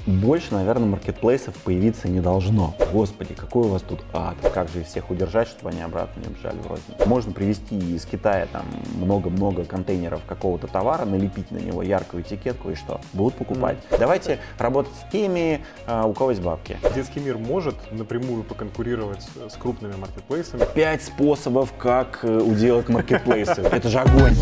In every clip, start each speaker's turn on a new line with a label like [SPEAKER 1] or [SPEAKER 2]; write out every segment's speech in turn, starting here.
[SPEAKER 1] Больше, наверное, маркетплейсов появиться не должно. Господи, какой у вас тут ад. Как же их всех удержать, чтобы они обратно не бежали в розницу? Можно привезти из Китая там много-много контейнеров какого-то товара, налепить на него яркую этикетку и что? Будут покупать. Давайте работать с теми, у кого есть бабки.
[SPEAKER 2] Детский мир может напрямую поконкурировать с крупными маркетплейсами?
[SPEAKER 1] 5 способов, как уделать маркетплейсы. Это же огонь.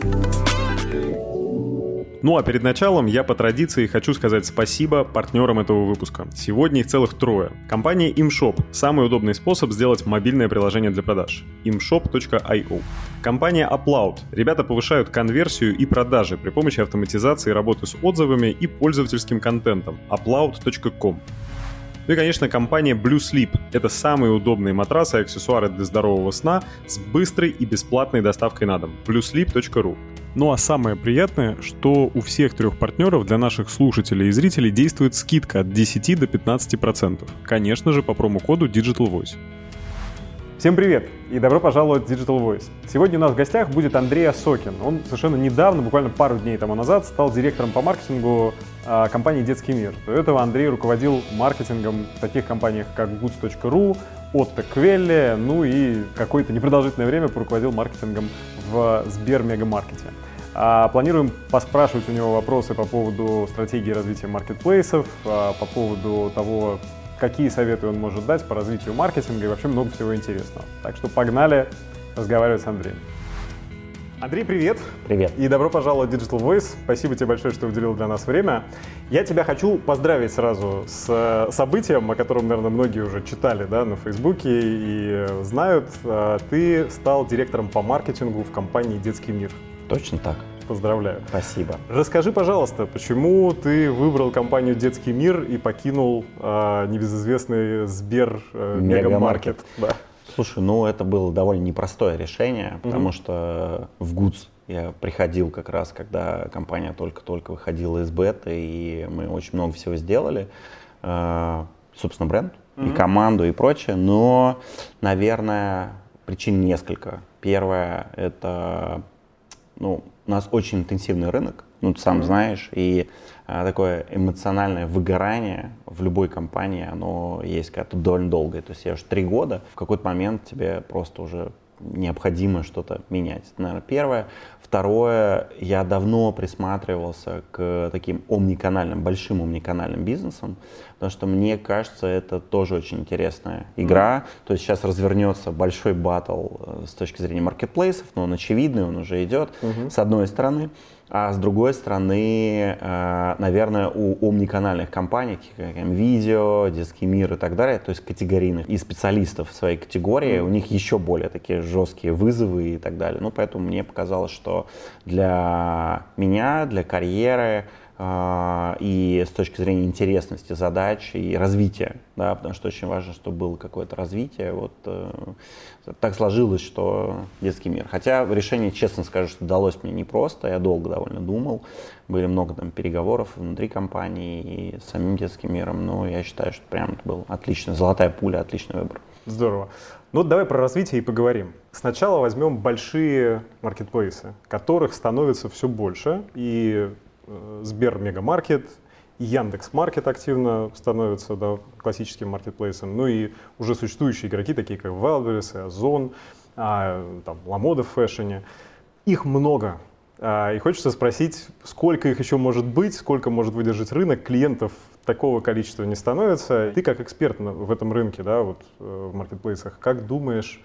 [SPEAKER 2] Ну а перед началом я по традиции хочу сказать спасибо партнерам этого выпуска. Сегодня их целых трое. Компания ImShop – самый удобный способ сделать мобильное приложение для продаж. imshop.io. Компания Upload. Ребята повышают конверсию и продажи при помощи автоматизации работы с отзывами и пользовательским контентом. upload.com. Ну и, конечно, компания Blue Sleep. Это самые удобные матрасы и аксессуары для здорового сна с быстрой и бесплатной доставкой на дом. bluesleep.ru. Ну а самое приятное, что у всех трех партнеров для наших слушателей и зрителей действует скидка от 10 до 15%. Конечно же, по промокоду Digital Voice. Всем привет и добро пожаловать в Digital Voice. Сегодня у нас в гостях будет Андрей Осокин. Он совершенно недавно, буквально пару дней тому назад, стал директором по маркетингу компании «Детский мир». До этого Андрей руководил маркетингом в таких компаниях, как goods.ru, Otto Quelle, ну и какое-то непродолжительное время поруководил маркетингом в Сбермегамаркете. Планируем поспрашивать у него вопросы по поводу стратегии развития маркетплейсов, по поводу того, какие советы он может дать по развитию маркетинга и вообще много всего интересного. Так что погнали разговаривать с Андреем. Андрей, привет!
[SPEAKER 1] Привет!
[SPEAKER 2] И добро пожаловать в Digital Voice. Спасибо тебе большое, что уделил для нас время. Я тебя хочу поздравить сразу с событием, о котором, наверное, многие уже читали, да, на Фейсбуке и знают. Ты стал директором по маркетингу в компании «Детский мир».
[SPEAKER 1] Точно так.
[SPEAKER 2] Поздравляю.
[SPEAKER 1] Спасибо.
[SPEAKER 2] Расскажи, пожалуйста, почему ты выбрал компанию «Детский мир» и покинул небезызвестный Сбермегамаркет? Да.
[SPEAKER 1] Слушай, ну это было довольно непростое решение, потому что в Goods я приходил как раз, когда компания только-только выходила из беты, и мы очень много всего сделали. Собственно, бренд, и команду, и прочее. Но, наверное, причин несколько. Первое, это, у нас очень интенсивный рынок, ты сам знаешь, и такое эмоциональное выгорание в любой компании, оно есть как-то довольно долгое. То есть я уже 3 года, в какой-то момент тебе просто уже необходимо что-то менять. Это, наверное, первое. Второе, я давно присматривался к таким омниканальным, большим омниканальным бизнесам, потому что мне кажется, это тоже очень интересная игра. То есть сейчас развернется большой баттл с точки зрения маркетплейсов, но он очевидный, он уже идет, с одной стороны. А с другой стороны, наверное, у омниканальных компаний, как NVIDIA, Детский мир и так далее, то есть категорийных и специалистов в своей категории, у них еще более такие жесткие вызовы и так далее. Поэтому мне показалось, что для меня, для карьеры и с точки зрения интересности задач и развития, да, потому что очень важно, чтобы было какое-то развитие. Вот так сложилось, что «Детский мир». Хотя решение, честно скажу, что далось мне непросто, я долго довольно думал, были много там переговоров внутри компании и с самим «Детским миром», но я считаю, что прям это был отлично, золотая пуля, отличный выбор.
[SPEAKER 2] Здорово. Ну давай про развитие и поговорим. Сначала возьмем большие маркетплейсы, которых становится все больше, и Сбермегамаркет, Яндекс.Маркет активно становится, да, классическим маркетплейсом, ну и уже существующие игроки, такие как Wildberries, Озон, там, Ламода в фэшне. Их много. И хочется спросить, сколько их еще может быть, сколько может выдержать рынок, клиентов такого количества не становится. Ты как эксперт в этом рынке, да, вот, в маркетплейсах, как думаешь,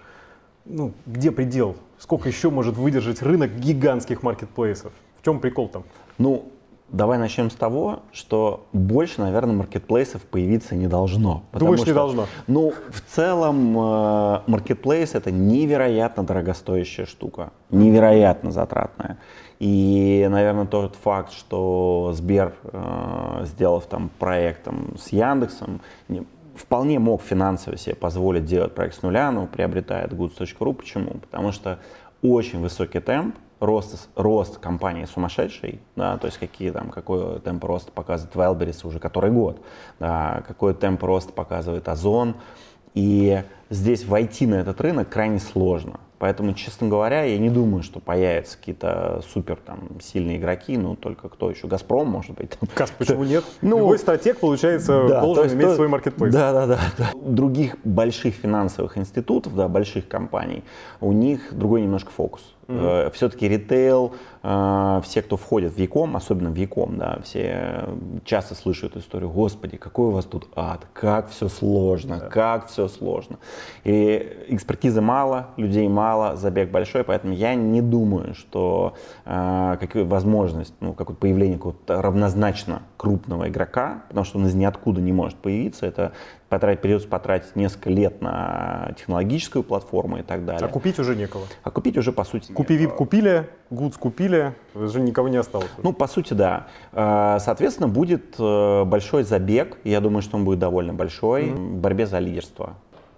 [SPEAKER 2] где предел? Сколько еще может выдержать рынок гигантских маркетплейсов? В чем прикол там?
[SPEAKER 1] Давай начнем с того, что больше, наверное, маркетплейсов появиться не должно.
[SPEAKER 2] Думаешь, не должно?
[SPEAKER 1] В целом, маркетплейс — это невероятно дорогостоящая штука, невероятно затратная. И, наверное, тот факт, что Сбер, сделав там проект с Яндексом, вполне мог финансово себе позволить делать проект с нуля, но приобретает goods.ru. Почему? Потому что очень высокий темп, рост компании сумасшедший, да, то есть какой темп роста показывает Wildberries уже который год, да, какой темп роста показывает Озон, и здесь войти на этот рынок крайне сложно. Поэтому, честно говоря, я не думаю, что появятся какие-то супер там сильные игроки, ну только кто еще? «Газпром», может быть.
[SPEAKER 2] Кас, почему нет? Любой стратег, получается, должен иметь свой маркетплейс.
[SPEAKER 1] Да. Других больших финансовых институтов, да, больших компаний, у них другой немножко фокус. Все-таки ритейл, все, кто входит в e-com, особенно в e-com, да, все часто слышат эту историю: «Господи, какой у вас тут ад, как все сложно, как все сложно». И экспертизы мало, людей мало, забег большой, поэтому я не думаю, что какая возможность, какое-то появление какого-то равнозначно крупного игрока, потому что он из ниоткуда не может появиться, это придется потратить несколько лет на технологическую платформу и так далее.
[SPEAKER 2] А купить уже некого?
[SPEAKER 1] А купить уже, по сути,
[SPEAKER 2] Купи-вип купили, Гудс купили, уже никого не осталось.
[SPEAKER 1] Ну, по сути, да. Соответственно, будет большой забег, я думаю, что он будет довольно большой, в борьбе за лидерство.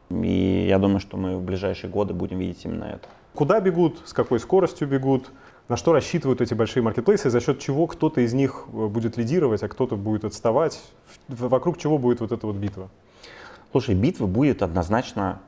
[SPEAKER 1] И я думаю, что мы в ближайшие годы будем видеть именно это.
[SPEAKER 2] Куда бегут, с какой скоростью бегут, на что рассчитывают эти большие маркетплейсы, за счет чего кто-то из них будет лидировать, а кто-то будет отставать, вокруг чего будет вот эта вот битва?
[SPEAKER 1] Слушай, битва будет однозначно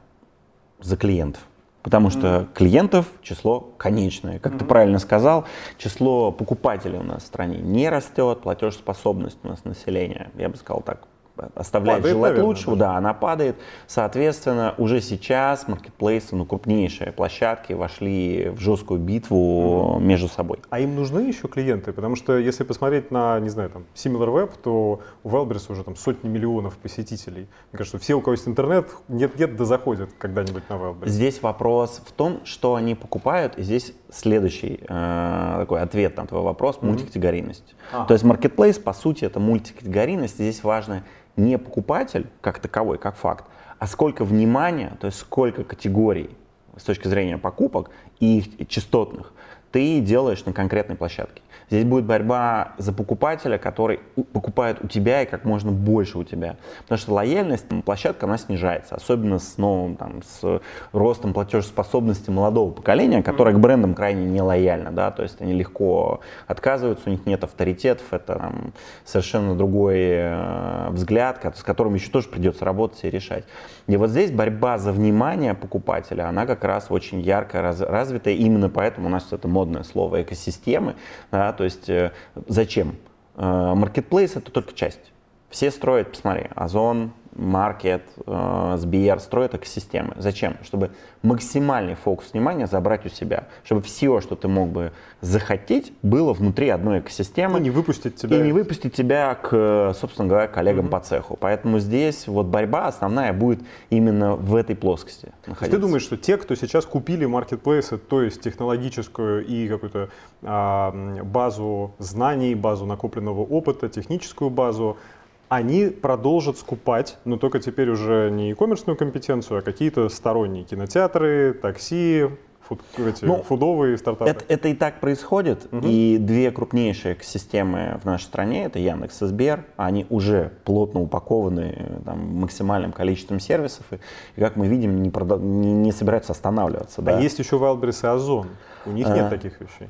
[SPEAKER 1] за клиентов. Потому что клиентов число конечное. Как ты правильно сказал, число покупателей у нас в стране не растет, платежеспособность у нас населения, я бы сказал так, оставляет желать лучшего, да, она падает. Соответственно, уже сейчас маркетплейсы, крупнейшие площадки вошли в жесткую битву между собой.
[SPEAKER 2] А им нужны еще клиенты? Потому что если посмотреть на, не знаю, там, SimilarWeb, то у Wildberries уже там сотни миллионов посетителей. Мне кажется, все, у кого есть интернет, нет-нет, да заходят когда-нибудь на Wildberries.
[SPEAKER 1] Здесь вопрос в том, что они покупают, и здесь следующий такой ответ на твой вопрос — мультикатегорийность. То есть маркетплейс, по сути, это мультикатегорийность, и здесь важно не покупатель как таковой, как факт, а сколько внимания, то есть сколько категорий с точки зрения покупок и их частотных ты делаешь на конкретной площадке. Здесь будет борьба за покупателя, который покупает у тебя и как можно больше у тебя. Потому что лояльность площадка, она снижается, особенно с новым, с ростом платежеспособности молодого поколения, которое к брендам крайне не лояльно, да, то есть они легко отказываются, у них нет авторитетов, это совершенно другой взгляд, с которым еще тоже придется работать и решать. И вот здесь борьба за внимание покупателя, она как раз очень ярко развита, именно поэтому у нас это модное слово экосистемы, да, то есть зачем? Маркетплейс — это только часть. Все строят, посмотри, Озон, Маркет, Сбер строят экосистемы. Зачем? Чтобы максимальный фокус внимания забрать у себя. Чтобы все, что ты мог бы захотеть, было внутри одной экосистемы.
[SPEAKER 2] И не выпустить тебя.
[SPEAKER 1] К, собственно говоря, коллегам по цеху. Поэтому здесь вот борьба основная будет именно в этой плоскости находиться.
[SPEAKER 2] Ты думаешь, что те, кто сейчас купили маркетплейсы, то есть технологическую и какую-то базу знаний, базу накопленного опыта, техническую базу, они продолжат скупать, но только теперь уже не e-commerce компетенцию, а какие-то сторонние кинотеатры, такси, фудовые стартапы?
[SPEAKER 1] Это и так происходит. И две крупнейшие экосистемы в нашей стране — это Яндекс и Сбер. Они уже плотно упакованы максимальным количеством сервисов. И как мы видим, не собираются останавливаться.
[SPEAKER 2] А есть еще Wildberries и Озон. У них нет таких вещей.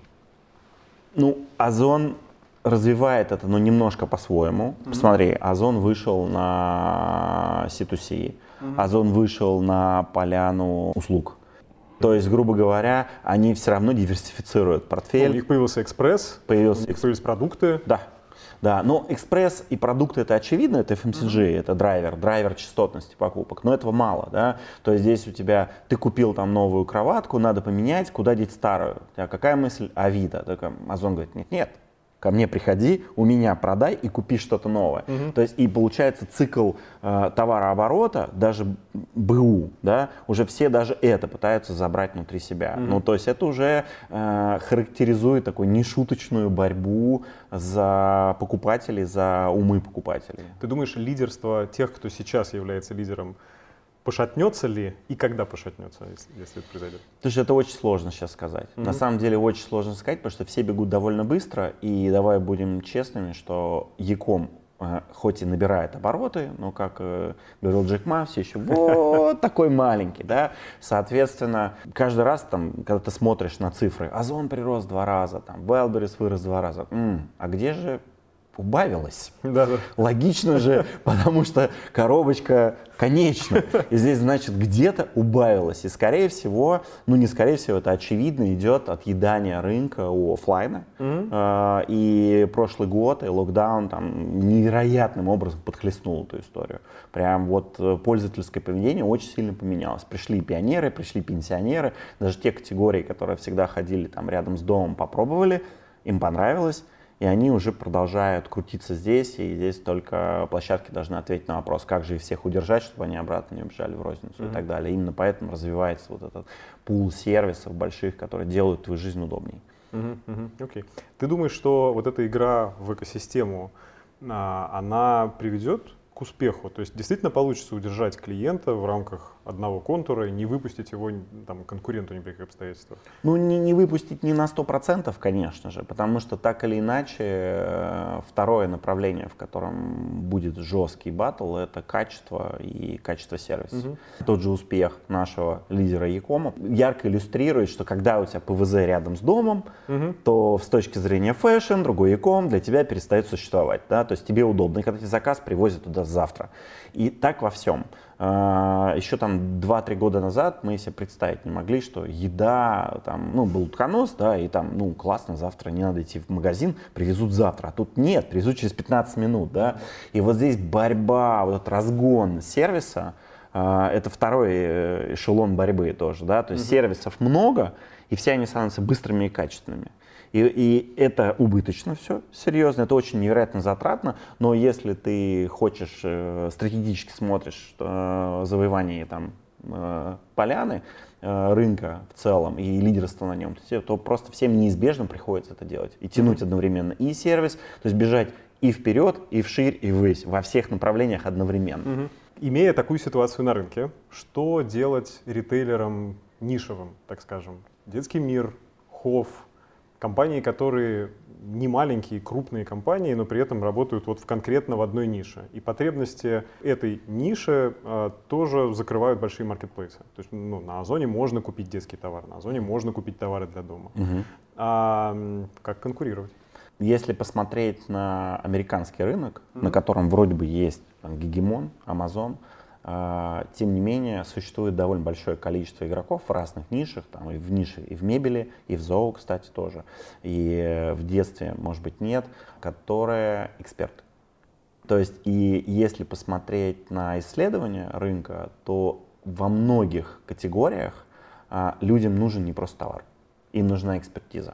[SPEAKER 1] Озон развивает это, но немножко по-своему. Посмотри, Озон вышел на C2C, Озон вышел на поляну услуг. То есть, грубо говоря, они все равно диверсифицируют портфель.
[SPEAKER 2] У них появился экспресс, у них появились продукты.
[SPEAKER 1] Да, но экспресс и продукты — это очевидно, это FMCG, это драйвер частотности покупок, но этого мало, да. То есть здесь у тебя, ты купил там новую кроватку, надо поменять, куда деть старую. У тебя какая мысль? Авито. Озон говорит: нет. Ко мне приходи, у меня продай и купи что-то новое. То есть и получается цикл товарооборота, даже БУ, да, уже все даже это пытаются забрать внутри себя. То есть это уже характеризует такую нешуточную борьбу за покупателей, за умы покупателей.
[SPEAKER 2] Ты думаешь, лидерство тех, кто сейчас является лидером, пошатнется ли и когда пошатнется, если это произойдет?
[SPEAKER 1] Слушай, это очень сложно сейчас сказать. На самом деле очень сложно сказать, потому что все бегут довольно быстро. И давай будем честными, что e-com хоть и набирает обороты, но, как говорил Джек Ма, все еще вот такой маленький. Да? Соответственно, каждый раз, когда ты смотришь на цифры, Озон прирос 2 раза, Wildberries вырос 2 раза. А где же убавилась.
[SPEAKER 2] Да-да.
[SPEAKER 1] Логично же, потому что коробочка конечна. И здесь, значит, где-то убавилось. И, скорее всего, ну не скорее всего, это очевидно идет отъедание рынка у офлайна. И прошлый год, и локдаун там невероятным образом подхлестнул эту историю. Прям вот пользовательское поведение очень сильно поменялось. Пришли пионеры, пришли пенсионеры. Даже те категории, которые всегда ходили там рядом с домом, попробовали, им понравилось. И они уже продолжают крутиться здесь, и здесь только площадки должны ответить на вопрос, как же их всех удержать, чтобы они обратно не убежали в розницу и так далее. Именно поэтому развивается вот этот пул сервисов больших, которые делают твою жизнь удобней.
[SPEAKER 2] Окей. Ты думаешь, что вот эта игра в экосистему, она приведет к успеху? То есть действительно получится удержать клиента в рамках одного контура и не выпустить его там, конкуренту ни при каких обстоятельствах?
[SPEAKER 1] Ну, не выпустить не на 100%, конечно же, потому что так или иначе второе направление, в котором будет жесткий баттл, это качество и качество сервиса. Тот же успех нашего лидера Якома ярко иллюстрирует, что когда у тебя ПВЗ рядом с домом, то с точки зрения фэшн другой Яком для тебя перестает существовать. Да? То есть тебе удобно, и когда тебе заказ привозят туда завтра. И так во всем. Еще там 2-3 года назад мы себе представить не могли, что еда, там, ну, был утконос, да, и там, ну, классно, завтра не надо идти в магазин, привезут завтра, а тут нет, привезут через 15 минут, да. И вот здесь борьба, вот этот разгон сервиса, это второй эшелон борьбы тоже, да, то есть сервисов много, и все они становятся быстрыми и качественными. И это убыточно все, серьезно, это очень невероятно затратно, но если ты хочешь, стратегически смотришь завоевание там, поляны, рынка в целом и лидерство на нем, то просто всем неизбежно приходится это делать. И тянуть одновременно и сервис, то есть бежать и вперед, и вширь, и ввысь, во всех направлениях одновременно.
[SPEAKER 2] Имея такую ситуацию на рынке, что делать ритейлерам нишевым, так скажем? Детский мир, Хофф, компании, которые не маленькие, крупные компании, но при этом работают вот конкретно в одной нише. И потребности этой ниши тоже закрывают большие маркетплейсы. То есть ну, на Озоне можно купить детский товар, на Озоне можно купить товары для дома. А как конкурировать?
[SPEAKER 1] Если посмотреть на американский рынок, на котором вроде бы есть там, гегемон, Amazon, тем не менее, существует довольно большое количество игроков в разных нишах, там и в нише, и в мебели, и в зоо, кстати, тоже, и в детстве, может быть, нет, которые эксперты. То есть, и если посмотреть на исследования рынка, то во многих категориях людям нужен не просто товар, им нужна экспертиза.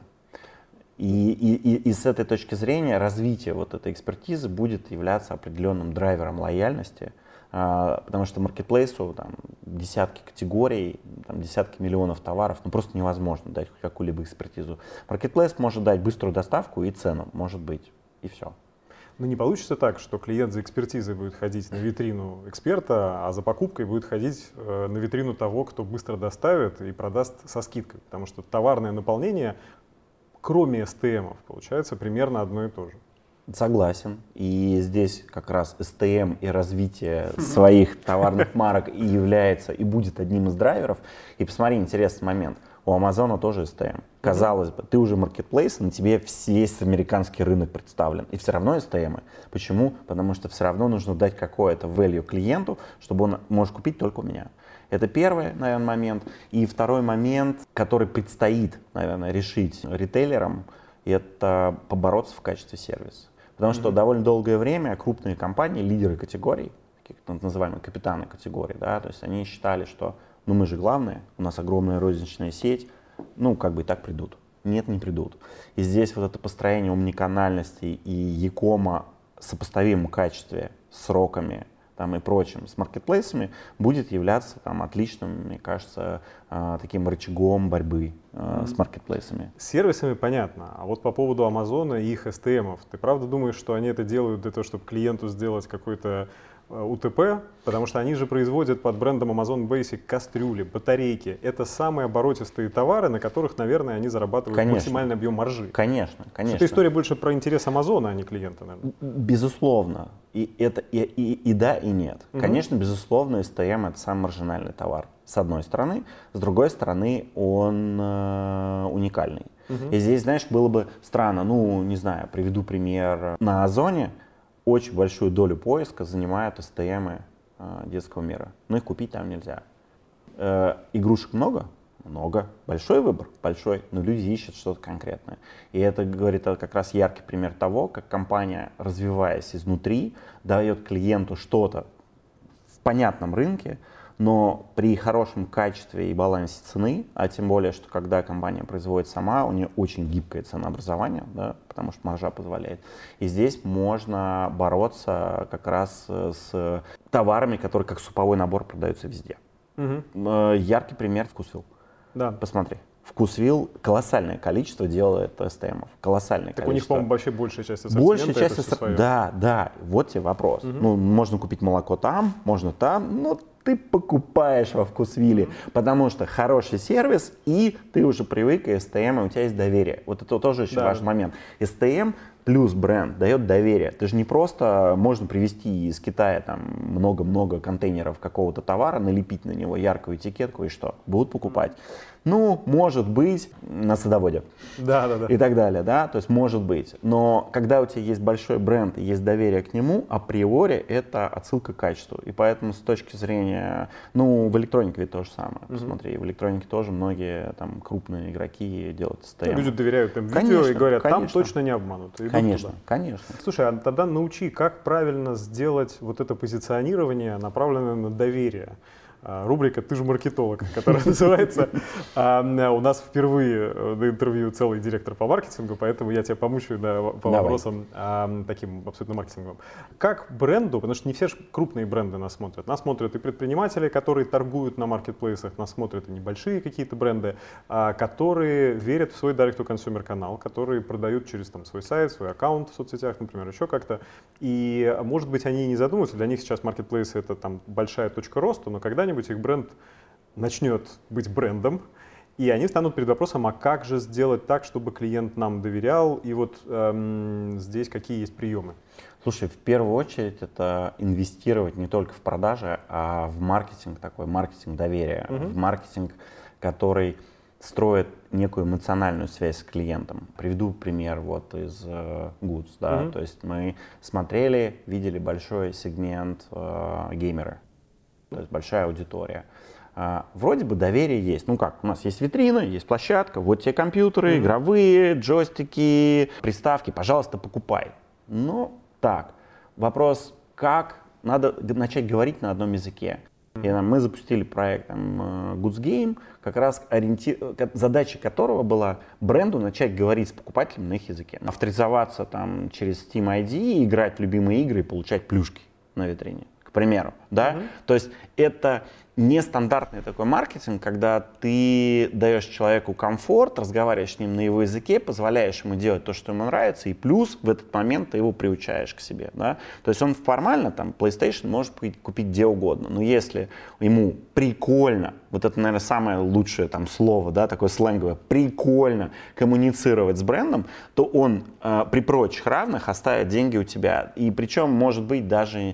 [SPEAKER 1] И с этой точки зрения развитие вот этой экспертизы будет являться определенным драйвером лояльности, потому что маркетплейсу там, десятки категорий, там, десятки миллионов товаров, ну просто невозможно дать какую-либо экспертизу. Маркетплейс может дать быструю доставку и цену, может быть, и все.
[SPEAKER 2] Но не получится так, что клиент за экспертизой будет ходить на витрину эксперта, а за покупкой будет ходить на витрину того, кто быстро доставит и продаст со скидкой, потому что товарное наполнение, кроме STM-ов, получается примерно одно и то же.
[SPEAKER 1] Согласен. И здесь как раз STM и развитие своих товарных марок и является, и будет одним из драйверов. И посмотри, интересный момент. У Амазона тоже STM. Казалось бы, ты уже маркетплейс, на тебе весь американский рынок представлен. И все равно STM. Почему? Потому что все равно нужно дать какое-то value клиенту, чтобы он может купить только у меня. Это первый, наверное, момент. И второй момент, который предстоит, наверное, решить ритейлерам, это побороться в качестве сервиса. Потому что довольно долгое время крупные компании, лидеры категорий, таких называемые капитаны категорий, да, то есть они считали, что ну мы же главные, у нас огромная розничная сеть, ну как бы и так придут. Нет, не придут. И здесь вот это построение омниканальности и Якома в сопоставимом качестве с сроками там, и прочим, с маркетплейсами, будет являться там, отличным, мне кажется, таким рычагом борьбы с маркетплейсами.
[SPEAKER 2] С сервисами понятно, а вот по поводу Амазона и их STM-ов, ты правда думаешь, что они это делают для того, чтобы клиенту сделать какой-то УТП? Потому что они же производят под брендом Amazon Basic кастрюли, батарейки. Это самые оборотистые товары, на которых, наверное, они зарабатывают максимальный объем маржи.
[SPEAKER 1] Конечно, конечно.
[SPEAKER 2] Это история больше про интерес Амазона, а не клиента, наверное.
[SPEAKER 1] Безусловно. И это и да, и нет. Конечно, безусловно, STM — это самый маржинальный товар. С одной стороны. С другой стороны, он уникальный. И здесь, знаешь, было бы странно, ну, не знаю, приведу пример. На Озоне очень большую долю поиска занимают STM детского мира, но их купить там нельзя. Игрушек много? Много. Большой выбор? Большой. Но люди ищут что-то конкретное. И это говорит как раз яркий пример того, как компания, развиваясь изнутри, дает клиенту что-то в понятном рынке, но при хорошем качестве и балансе цены, а тем более, что когда компания производит сама, у нее очень гибкое ценообразование, да, потому что маржа позволяет. И здесь можно бороться как раз с товарами, которые как суповой набор продаются везде. Яркий пример — Вкусвилл.
[SPEAKER 2] Да.
[SPEAKER 1] Посмотри. Вкусвилл колоссальное количество делает STM-ов. Колоссальное
[SPEAKER 2] так
[SPEAKER 1] количество.
[SPEAKER 2] У них, по-моему, вообще большая часть ассортимента.
[SPEAKER 1] Большая часть ассортимента. Да. Вот тебе вопрос. Ну, можно купить молоко там, можно там, но ты покупаешь во Вкусвилле, потому что хороший сервис, и ты уже привык, и STM, и у тебя есть доверие. Вот это тоже очень важный момент. STM плюс бренд дает доверие. Ты же не просто можно привезти из Китая там много-много контейнеров какого-то товара, налепить на него яркую этикетку и что? Будут покупать. Ну, может быть, на садоводе.
[SPEAKER 2] Да.
[SPEAKER 1] И так далее, да, то есть может быть. Но когда у тебя есть большой бренд и есть доверие к нему, априори это отсылка к качеству. И поэтому с точки зрения, ну, в электронике ведь то же самое. Посмотри, в электронике тоже многие там крупные игроки делают STM.
[SPEAKER 2] Люди доверяют им видео и говорят, там точно не обманут.
[SPEAKER 1] Конечно.
[SPEAKER 2] Слушай, а тогда научи, как правильно сделать вот это позиционирование, направленное на доверие. Рубрика «Ты же маркетолог», которая называется. У нас впервые на интервью целый директор по маркетингу, поэтому я тебя помучаю по вопросам таким абсолютно маркетинговым. Как бренду, потому что не все же крупные бренды нас смотрят. Нас смотрят и предприниматели, которые торгуют на маркетплейсах, нас смотрят и небольшие какие-то бренды, которые верят в свой direct-to-consumer канал, которые продают через там, свой сайт, свой аккаунт в соцсетях, например, еще как-то. И, может быть, они не задумываются, для них сейчас маркетплейсы — это там большая точка роста, но когда-нибудь их бренд начнет быть брендом, и они станут перед вопросом, а как же сделать так, чтобы клиент нам доверял, и вот здесь какие есть приемы?
[SPEAKER 1] Слушай, в первую очередь это инвестировать не только в продажи, а в маркетинг, такой маркетинг доверия, в маркетинг, который строит некую эмоциональную связь с клиентом. Приведу пример вот из Goods, да, то есть мы смотрели, видели большой сегмент геймеры. То есть большая аудитория. Вроде бы доверие есть. Ну как, у нас есть витрина, есть площадка, вот те компьютеры, игровые, джойстики, приставки, пожалуйста, покупай. Но так, вопрос, как надо начать говорить на одном языке. И мы запустили проект Goods Game, как раз задача которого была бренду начать говорить с покупателем на их языке. Авторизоваться там через Steam ID, играть в любимые игры и получать плюшки на витрине. К примеру, да? То есть это нестандартный такой маркетинг, когда ты даешь человеку комфорт, разговариваешь с ним на его языке, позволяешь ему делать то, что ему нравится, и плюс в этот момент ты его приучаешь к себе, да? То есть он формально, там, PlayStation может купить где угодно, но если ему прикольно, вот это, наверное, самое лучшее там слово, да, такое сленговое, прикольно коммуницировать с брендом, то он при прочих равных оставит деньги у тебя, и причем, может быть, даже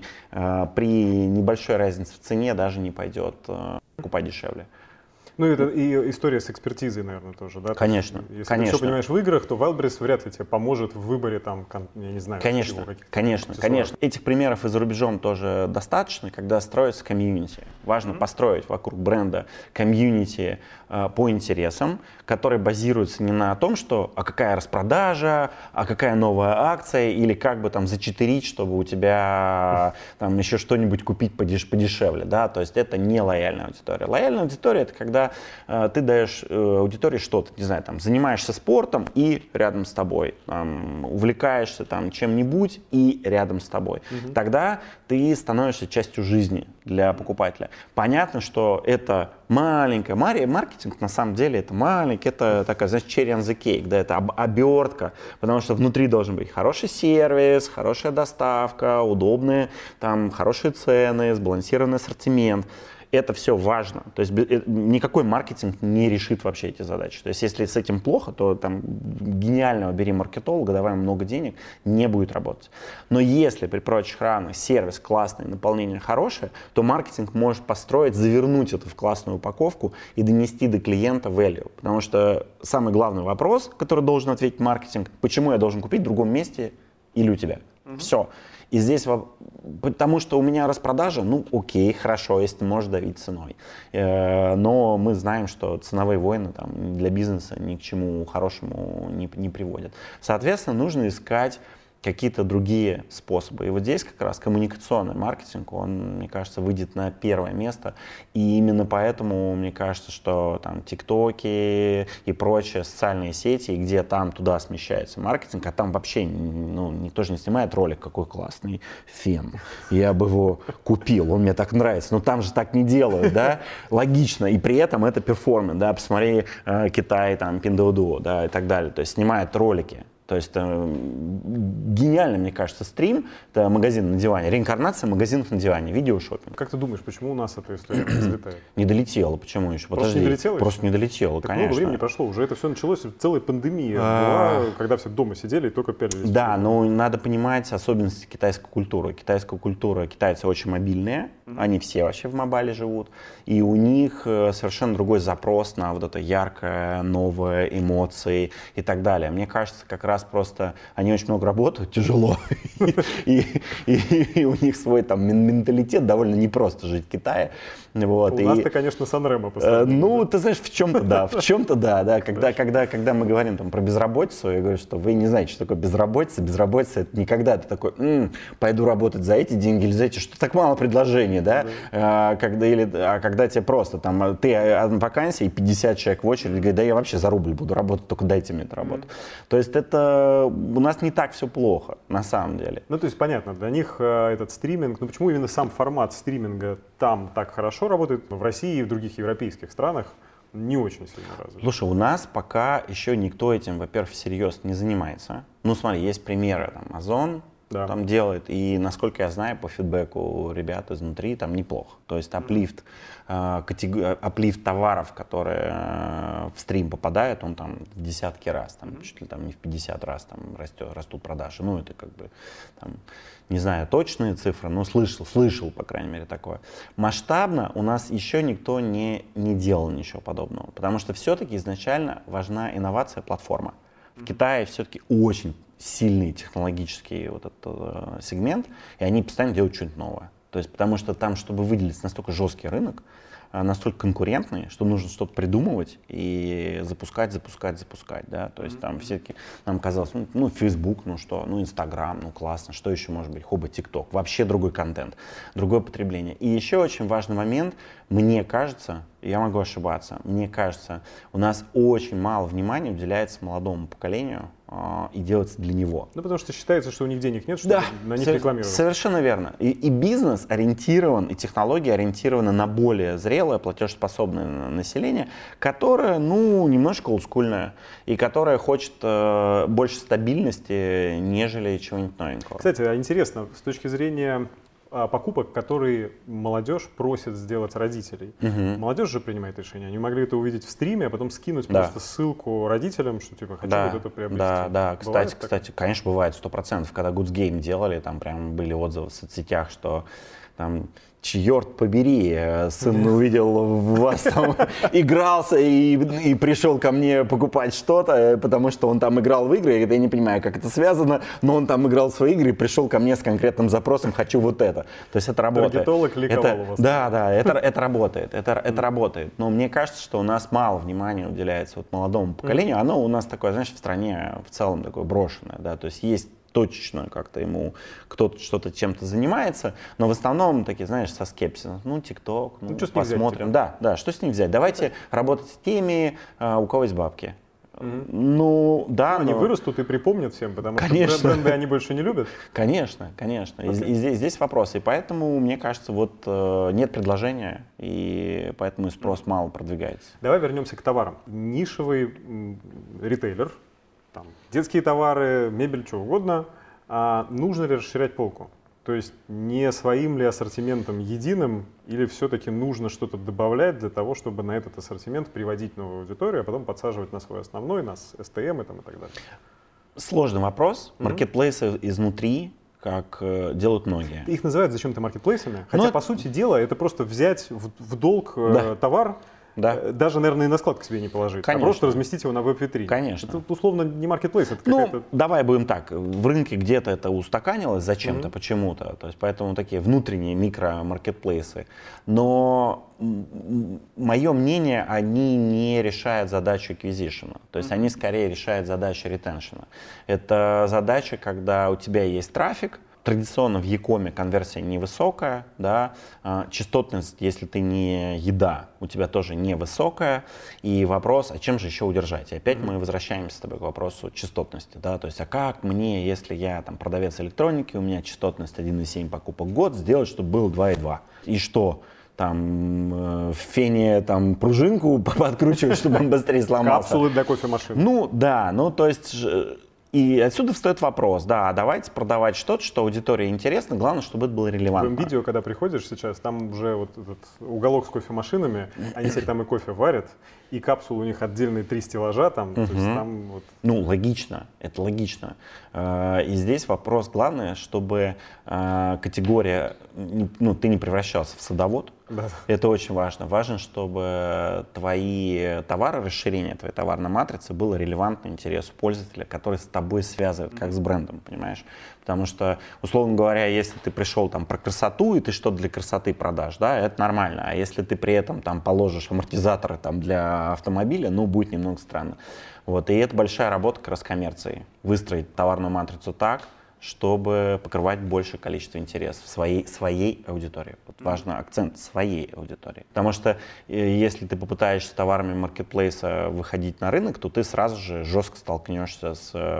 [SPEAKER 1] при небольшой разнице в цене даже не пойдет покупать дешевле.
[SPEAKER 2] Ну, это и история с экспертизой, наверное, тоже, да?
[SPEAKER 1] Конечно,
[SPEAKER 2] если
[SPEAKER 1] конечно.
[SPEAKER 2] ты все понимаешь в играх, то Wildberries вряд ли тебе поможет в выборе, там, я не знаю,
[SPEAKER 1] конечно. Этих примеров и за рубежом тоже достаточно, когда строится комьюнити. Важно построить вокруг бренда комьюнити по интересам, который базируется не на том, что а какая распродажа, а какая новая акция, или как бы там зачитерить, чтобы у тебя там еще что-нибудь купить подешевле, да? То есть это не лояльная аудитория. Лояльная аудитория — это когда ты даешь аудитории что-то, не знаю, там, занимаешься спортом и рядом с тобой, там, увлекаешься там чем-нибудь и рядом с тобой. Тогда ты становишься частью жизни для покупателя. Понятно, что это маленькая, маркетинг на самом деле это маленький, это такая, знаешь, cherry on the cake, да, это обертка, потому что внутри должен быть хороший сервис, хорошая доставка, удобные, там, хорошие цены, сбалансированный ассортимент. это все важно. То есть никакой маркетинг не решит вообще эти задачи. То есть если с этим плохо, то там гениального бери маркетолога, давай ему много денег, не будет работать. Но если при прочих равных сервис классный, наполнение хорошее, то маркетинг может построить, завернуть это в классную упаковку и донести до клиента value. Потому что самый главный вопрос, который должен ответить маркетинг, почему я должен купить в другом месте или у тебя. Все. И здесь, потому что у меня распродажа, ну окей, хорошо, если ты можешь давить ценой. Но мы знаем, что ценовые войны там, для бизнеса ни к чему хорошему не приводят. Соответственно, нужно искать какие-то другие способы. И вот здесь как раз коммуникационный маркетинг, он, мне кажется, выйдет на первое место. И именно поэтому, мне кажется, что там ТикТоки и прочие социальные сети, где там туда смещается маркетинг, а там вообще никто же не снимает ролик, какой классный фен. Я бы его купил, он мне так нравится. Но там же так не делают, да? Логично. И при этом это перформанс, да? Посмотри Китай, там, Pinduoduo, да, и так далее. То есть снимают ролики. То есть гениально, мне кажется, стрим, это магазин на диване, реинкарнация магазинов на диване, видеошоппинг.
[SPEAKER 2] Как ты думаешь, почему у нас эта история не взлетает?
[SPEAKER 1] Не долетело, почему еще?
[SPEAKER 2] Просто не долетело?
[SPEAKER 1] Просто не долетело,
[SPEAKER 2] так
[SPEAKER 1] конечно.
[SPEAKER 2] Много времени прошло, уже это все началось, целая пандемия была, когда все дома сидели и только пялились.
[SPEAKER 1] Да, но надо понимать особенности китайской культуры. Китайская культура, китайцы очень мобильные, они все вообще в мобайле живут, и у них совершенно другой запрос на вот это яркое, новое, эмоции и так далее. Мне кажется, как раз просто они очень много работают, тяжело, и у них свой там менталитет, довольно непросто жить в Китае. Вот,
[SPEAKER 2] у нас-то, конечно, Сан-Ремо постоянно.
[SPEAKER 1] Ну, ты знаешь, в чем-то да. Когда мы говорим там про безработицу, я говорю, что вы не знаете, что такое безработица. Безработица — это не когда ты такой, пойду работать за эти деньги или за эти, что так мало предложений, да? Когда тебе просто там, ты вакансия и 50 человек в очереди, говорит, да я вообще за рубль буду работать, только дайте мне эту работу. То есть это у нас не так все плохо, на самом деле.
[SPEAKER 2] Ну, то есть понятно, для них этот стриминг, ну почему именно сам формат стриминга там так хорошо работает, в России и в других европейских странах не очень сильно развит?
[SPEAKER 1] Слушай, у нас пока еще никто этим, во-первых, всерьез не занимается. Ну, смотри, есть примеры, там, Озон там делает, и, насколько я знаю, по фидбэку ребят изнутри там неплохо. То есть аплифт товаров, которые в стрим попадают, он там в десятки раз, там, чуть ли там не в 50 раз там растут продажи. Ну, это как бы, там, не знаю точные цифры, но слышал, по крайней мере, такое. Масштабно у нас еще никто не делал ничего подобного, потому что все-таки изначально важна инновация, платформа. В Китае все-таки очень сильный технологический вот этот сегмент, и они постоянно делают что-нибудь новое. То есть, потому что там, чтобы выделиться, настолько жесткий рынок, настолько конкурентный, что нужно что-то придумывать и запускать, да, то есть там все-таки нам казалось, ну, Facebook, ну что, ну, Instagram, ну, классно, что еще может быть, хоба, TikTok, вообще другой контент, другое потребление. И еще очень важный момент, мне кажется, я могу ошибаться, мне кажется, у нас очень мало внимания уделяется молодому поколению и делается для него.
[SPEAKER 2] Ну, потому что считается, что у них денег нет, чтобы на них рекламировать.
[SPEAKER 1] Совершенно верно. И бизнес ориентирован, и технологии ориентированы на более зрелое, платежеспособное население, которое, ну, немножко олдскульное, и которое хочет больше стабильности, нежели чего-нибудь новенького.
[SPEAKER 2] Кстати, интересно, с точки зрения покупок, которые молодежь просит сделать родителей. Молодежь же принимает решение. Они могли это увидеть в стриме, а потом скинуть просто ссылку родителям, что типа хочу вот это приобрести.
[SPEAKER 1] Да. Кстати, конечно, бывает 100%. Когда Goods Game делали, там прям были отзывы в соцсетях, что там черт побери, сын увидел вас там, игрался и пришел ко мне покупать что-то, потому что он там играл в игры, я не понимаю, как это связано, но он там играл в свои игры и пришел ко мне с конкретным запросом «хочу вот это». То есть это работает.
[SPEAKER 2] Таргетолог ликовал у вас.
[SPEAKER 1] Да, это работает, это работает. Но мне кажется, что у нас мало внимания уделяется вот молодому поколению, оно у нас такое, знаешь, в стране в целом такое брошенное, да, то есть есть точечно как-то ему кто-то что-то чем-то занимается, но в основном такие, знаешь, со скепсисом. Ну, ТикТок, посмотрим. Взять, да, что с ним взять? Давайте работать с теми, у кого есть бабки. Ну, да,
[SPEAKER 2] они вырастут и припомнят всем, потому что бренды они больше не любят.
[SPEAKER 1] Конечно. И здесь вопросы. И поэтому, мне кажется, вот нет предложения, и поэтому и спрос мало продвигается.
[SPEAKER 2] Давай вернемся к товарам. Нишевый ритейлер, там, детские товары, мебель, что угодно. Нужно ли расширять полку? То есть не своим ли ассортиментом единым, или все-таки нужно что-то добавлять для того, чтобы на этот ассортимент приводить новую аудиторию, а потом подсаживать на свой основной, на STM и так далее?
[SPEAKER 1] Сложный вопрос. Маркетплейсы изнутри, как делают многие.
[SPEAKER 2] Их называют зачем-то маркетплейсами, хотя, по сути дела, это просто взять в долг товар, даже, наверное, и на склад к себе не положить, а просто разместить его на веб-витрине.
[SPEAKER 1] Конечно.
[SPEAKER 2] Это условно не маркетплейс, это какая-то...
[SPEAKER 1] давай будем так, в рынке где-то это устаканилось зачем-то, почему-то, то есть поэтому такие внутренние микро-маркетплейсы. Но мое мнение, они не решают задачу acquisition, то есть они скорее решают задачу ретеншена. Это задача, когда у тебя есть трафик. Традиционно в e-коме конверсия невысокая, да, частотность, если ты не еда, у тебя тоже невысокая, и вопрос, а чем же еще удержать? И опять мы возвращаемся с тобой к вопросу частотности, да, то есть, а как мне, если я там продавец электроники, у меня частотность 1,7 покупок в год, сделать, чтобы было 2,2? И что? Там в фене там пружинку подкручивать, чтобы он быстрее сломался.
[SPEAKER 2] Капсулы для кофемашин.
[SPEAKER 1] Ну да, то есть... И отсюда встает вопрос, давайте продавать что-то, что аудитории интересно, главное, чтобы это было релевантно.
[SPEAKER 2] В видео, когда приходишь сейчас, там уже вот этот уголок с кофемашинами, они себе там и кофе варят, и капсулы у них отдельные 3 стеллажа там, то есть там вот...
[SPEAKER 1] Логично, это логично. И здесь вопрос главное, чтобы категория, ты не превращался в садовод.
[SPEAKER 2] Да.
[SPEAKER 1] Это очень важно. Важно, чтобы твои товары, расширение твоей товарной матрицы было релевантно интересу пользователя, который с тобой связывает, как с брендом, понимаешь? Потому что, условно говоря, если ты пришел там про красоту, и ты что-то для красоты продашь, да, это нормально. А если ты при этом там положишь амортизаторы там для автомобиля, будет немного странно. Вот, и это большая работа как раз коммерции. Выстроить товарную матрицу так, чтобы покрывать большее количество интересов своей аудитории. Вот важно акцент своей аудитории. Потому что если ты попытаешься с товарами маркетплейса выходить на рынок, то ты сразу же жестко столкнешься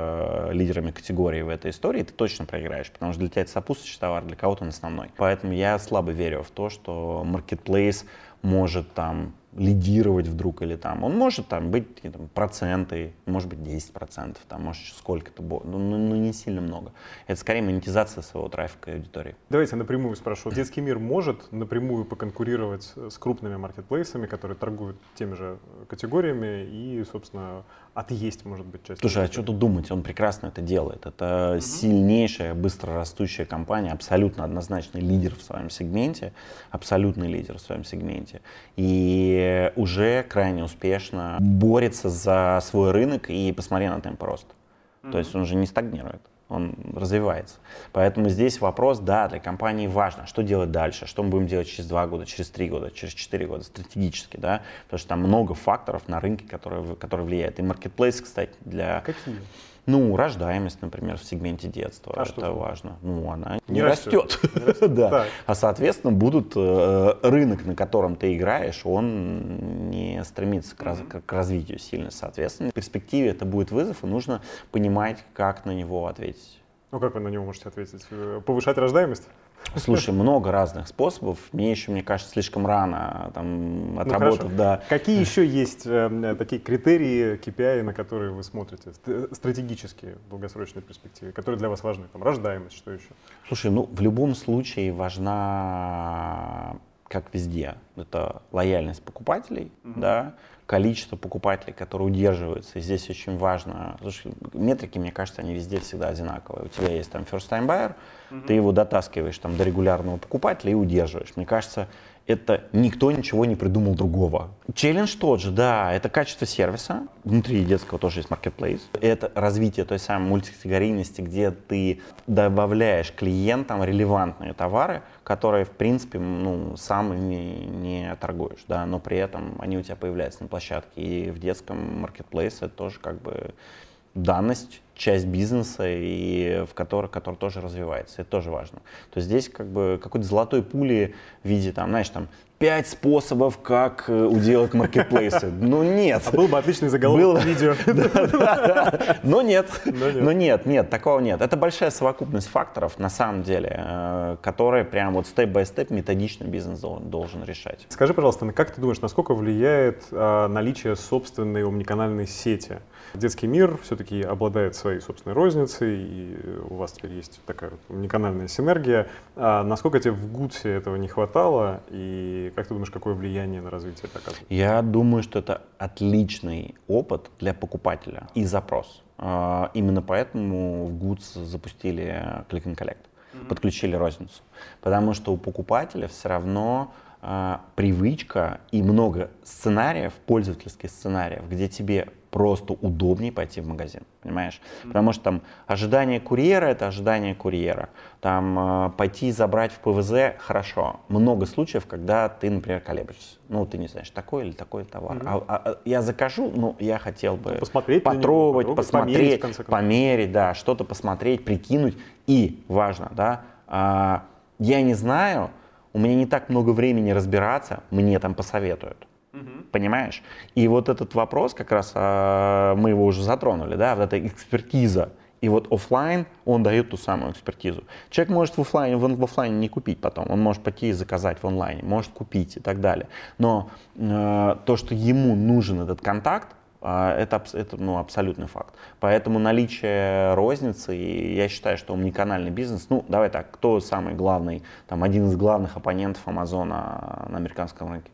[SPEAKER 1] с лидерами категории в этой истории, и ты точно проиграешь, потому что для тебя это сопутствующий товар, для кого-то он основной. Поэтому я слабо верю в то, что маркетплейс может там лидировать вдруг, или там, он может там быть там, проценты, может быть 10%, там, может сколько-то, не сильно много. Это скорее монетизация своего трафика и аудитории.
[SPEAKER 2] Давайте напрямую спрошу. Детский мир может напрямую поконкурировать с крупными маркетплейсами, которые торгуют теми же категориями и, собственно, отъесть, может быть, часть?
[SPEAKER 1] Слушай, а что тут думать? Он прекрасно это делает. Это сильнейшая, быстро растущая компания, абсолютно однозначный лидер в своем сегменте, абсолютный лидер в своем сегменте. И уже крайне успешно борется за свой рынок, и посмотри на темп роста. То есть он же не стагнирует, он развивается. Поэтому здесь вопрос, для компании важно, что делать дальше, что мы будем делать через 2 года, через 3 года, через 4 года, стратегически, да, потому что там много факторов на рынке, которые влияют. И маркетплейс, кстати, для...
[SPEAKER 2] Какие?
[SPEAKER 1] Рождаемость, например, в сегменте детства, это важно. Она не растет.
[SPEAKER 2] Да.
[SPEAKER 1] А, соответственно, рынок, на котором ты играешь, он не стремится к развитию сильно. Соответственно, в перспективе это будет вызов, и нужно понимать, как на него ответить.
[SPEAKER 2] Как вы на него можете ответить? Повышать рождаемость?
[SPEAKER 1] Слушай, много разных способов. Мне кажется, слишком рано отработав.
[SPEAKER 2] Какие еще есть такие критерии KPI, на которые вы смотрите, стратегические в долгосрочной перспективе, которые для вас важны? Рождаемость, что еще?
[SPEAKER 1] Слушай, в любом случае важна, как везде, это лояльность покупателей, количество покупателей, которые удерживаются. И здесь очень важно. Слушай, метрики, мне кажется, они везде всегда одинаковые. У тебя есть там first time buyer, ты его дотаскиваешь там до регулярного покупателя и удерживаешь. Мне кажется, это никто ничего не придумал другого. Челлендж тот же, это качество сервиса. Внутри детского тоже есть маркетплейс. Это развитие той самой мультикатегорийности, где ты добавляешь клиентам релевантные товары, которые, в принципе, сам ими не торгуешь, но при этом они у тебя появляются на площадке. И в детском маркетплейсе это тоже как бы данность, часть бизнеса, и в который тоже развивается. Это тоже важно. То есть здесь как бы какой-то золотой пули в виде 5 способов, как уделать маркетплейсы. Нет.
[SPEAKER 2] А был бы отличный заголовок видео.
[SPEAKER 1] Но нет, такого нет. Это большая совокупность факторов, на самом деле, которые прям степ-бай-степ методично бизнес должен решать.
[SPEAKER 2] Скажи, пожалуйста, как ты думаешь, насколько влияет наличие собственной омниканальной сети? Детский мир все-таки обладает своей собственной розницей, и у вас теперь есть такая вот уникальная синергия. Насколько тебе в Гудсе этого не хватало, и как ты думаешь, какое влияние на развитие это оказывает?
[SPEAKER 1] Я думаю, что это отличный опыт для покупателя и запрос. Именно поэтому в Гудс запустили Click and Collect, подключили розницу. Потому что у покупателя все равно привычка и много сценариев, пользовательских сценариев, где тебе просто удобнее пойти в магазин, понимаешь? Потому что там ожидание курьера — это ожидание курьера. Там пойти и забрать в ПВЗ — хорошо. Много случаев, когда ты, например, колеблешься. Ну, ты не знаешь, такой или такой товар. Я закажу, но я хотел бы
[SPEAKER 2] посмотреть,
[SPEAKER 1] потрогать, посмотреть, померить, да, что-то посмотреть, прикинуть. И важно, да, я не знаю, у меня не так много времени разбираться, мне там посоветуют. Понимаешь? И вот этот вопрос, как раз мы его уже затронули, да, вот эта экспертиза. И вот офлайн, он дает ту самую экспертизу. Человек может в офлайне не купить потом, он может пойти и заказать в онлайне, может купить и так далее. Но то, что ему нужен этот контакт, это ну, абсолютный факт. Поэтому наличие розницы, и я считаю, что omnicanальный бизнес, ну, давай так, кто самый главный, там, один из главных оппонентов Амазона на американском рынке?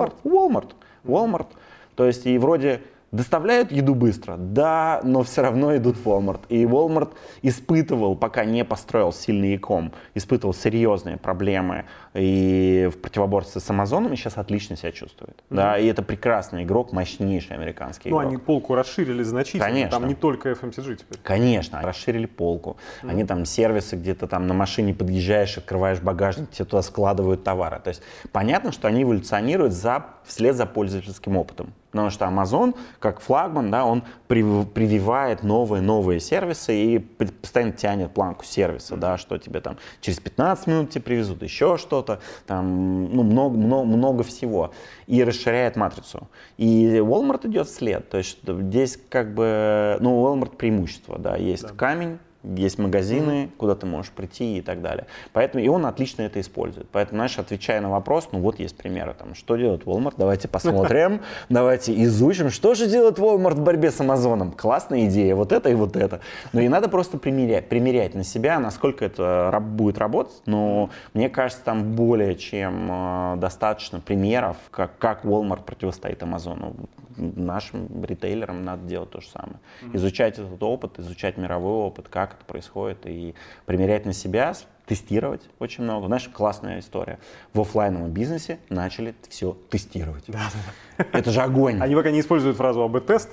[SPEAKER 1] Walmart. То есть, и вроде доставляют еду быстро, да, но все равно идут в Walmart. И Walmart испытывал, пока не построил сильный e-com, испытывал серьезные проблемы и в противоборстве с Амазоном, и сейчас отлично себя чувствует. Да, и это прекрасный игрок, мощнейший американский игрок.
[SPEAKER 2] Ну, они полку расширили значительно,
[SPEAKER 1] конечно.
[SPEAKER 2] Там не только FMCG теперь.
[SPEAKER 1] Конечно, расширили полку. Они там сервисы, где-то там на машине подъезжаешь, открываешь багажник, тебе туда складывают товары. То есть понятно, что они эволюционируют вслед за пользовательским опытом. Потому что Amazon, как флагман, да, он прививает новые сервисы и постоянно тянет планку сервиса, да, что тебе там через 15 минут тебе привезут еще что-то, там, ну, много всего. И расширяет матрицу. И Walmart идет вслед. То есть здесь как бы, ну, у Walmart преимущество, да, есть камень, есть магазины, куда ты можешь прийти и так далее. Поэтому и он отлично это использует. Поэтому, знаешь, отвечая на вопрос, ну вот есть примеры, там, что делает Walmart, давайте посмотрим, давайте изучим, что же делает Walmart в борьбе с Амазоном. Классная идея, вот это и вот это. Но и надо просто примерять на себя, насколько это будет работать. Но мне кажется, там более чем достаточно примеров, как Walmart противостоит Амазону. Нашим ритейлерам надо делать то же самое. Изучать этот опыт, изучать мировой опыт, как это происходит, и примерять на себя, тестировать очень много. Знаешь, классная история. В офлайновом бизнесе начали все тестировать. Это же огонь.
[SPEAKER 2] Они пока не используют фразу АБ-тест,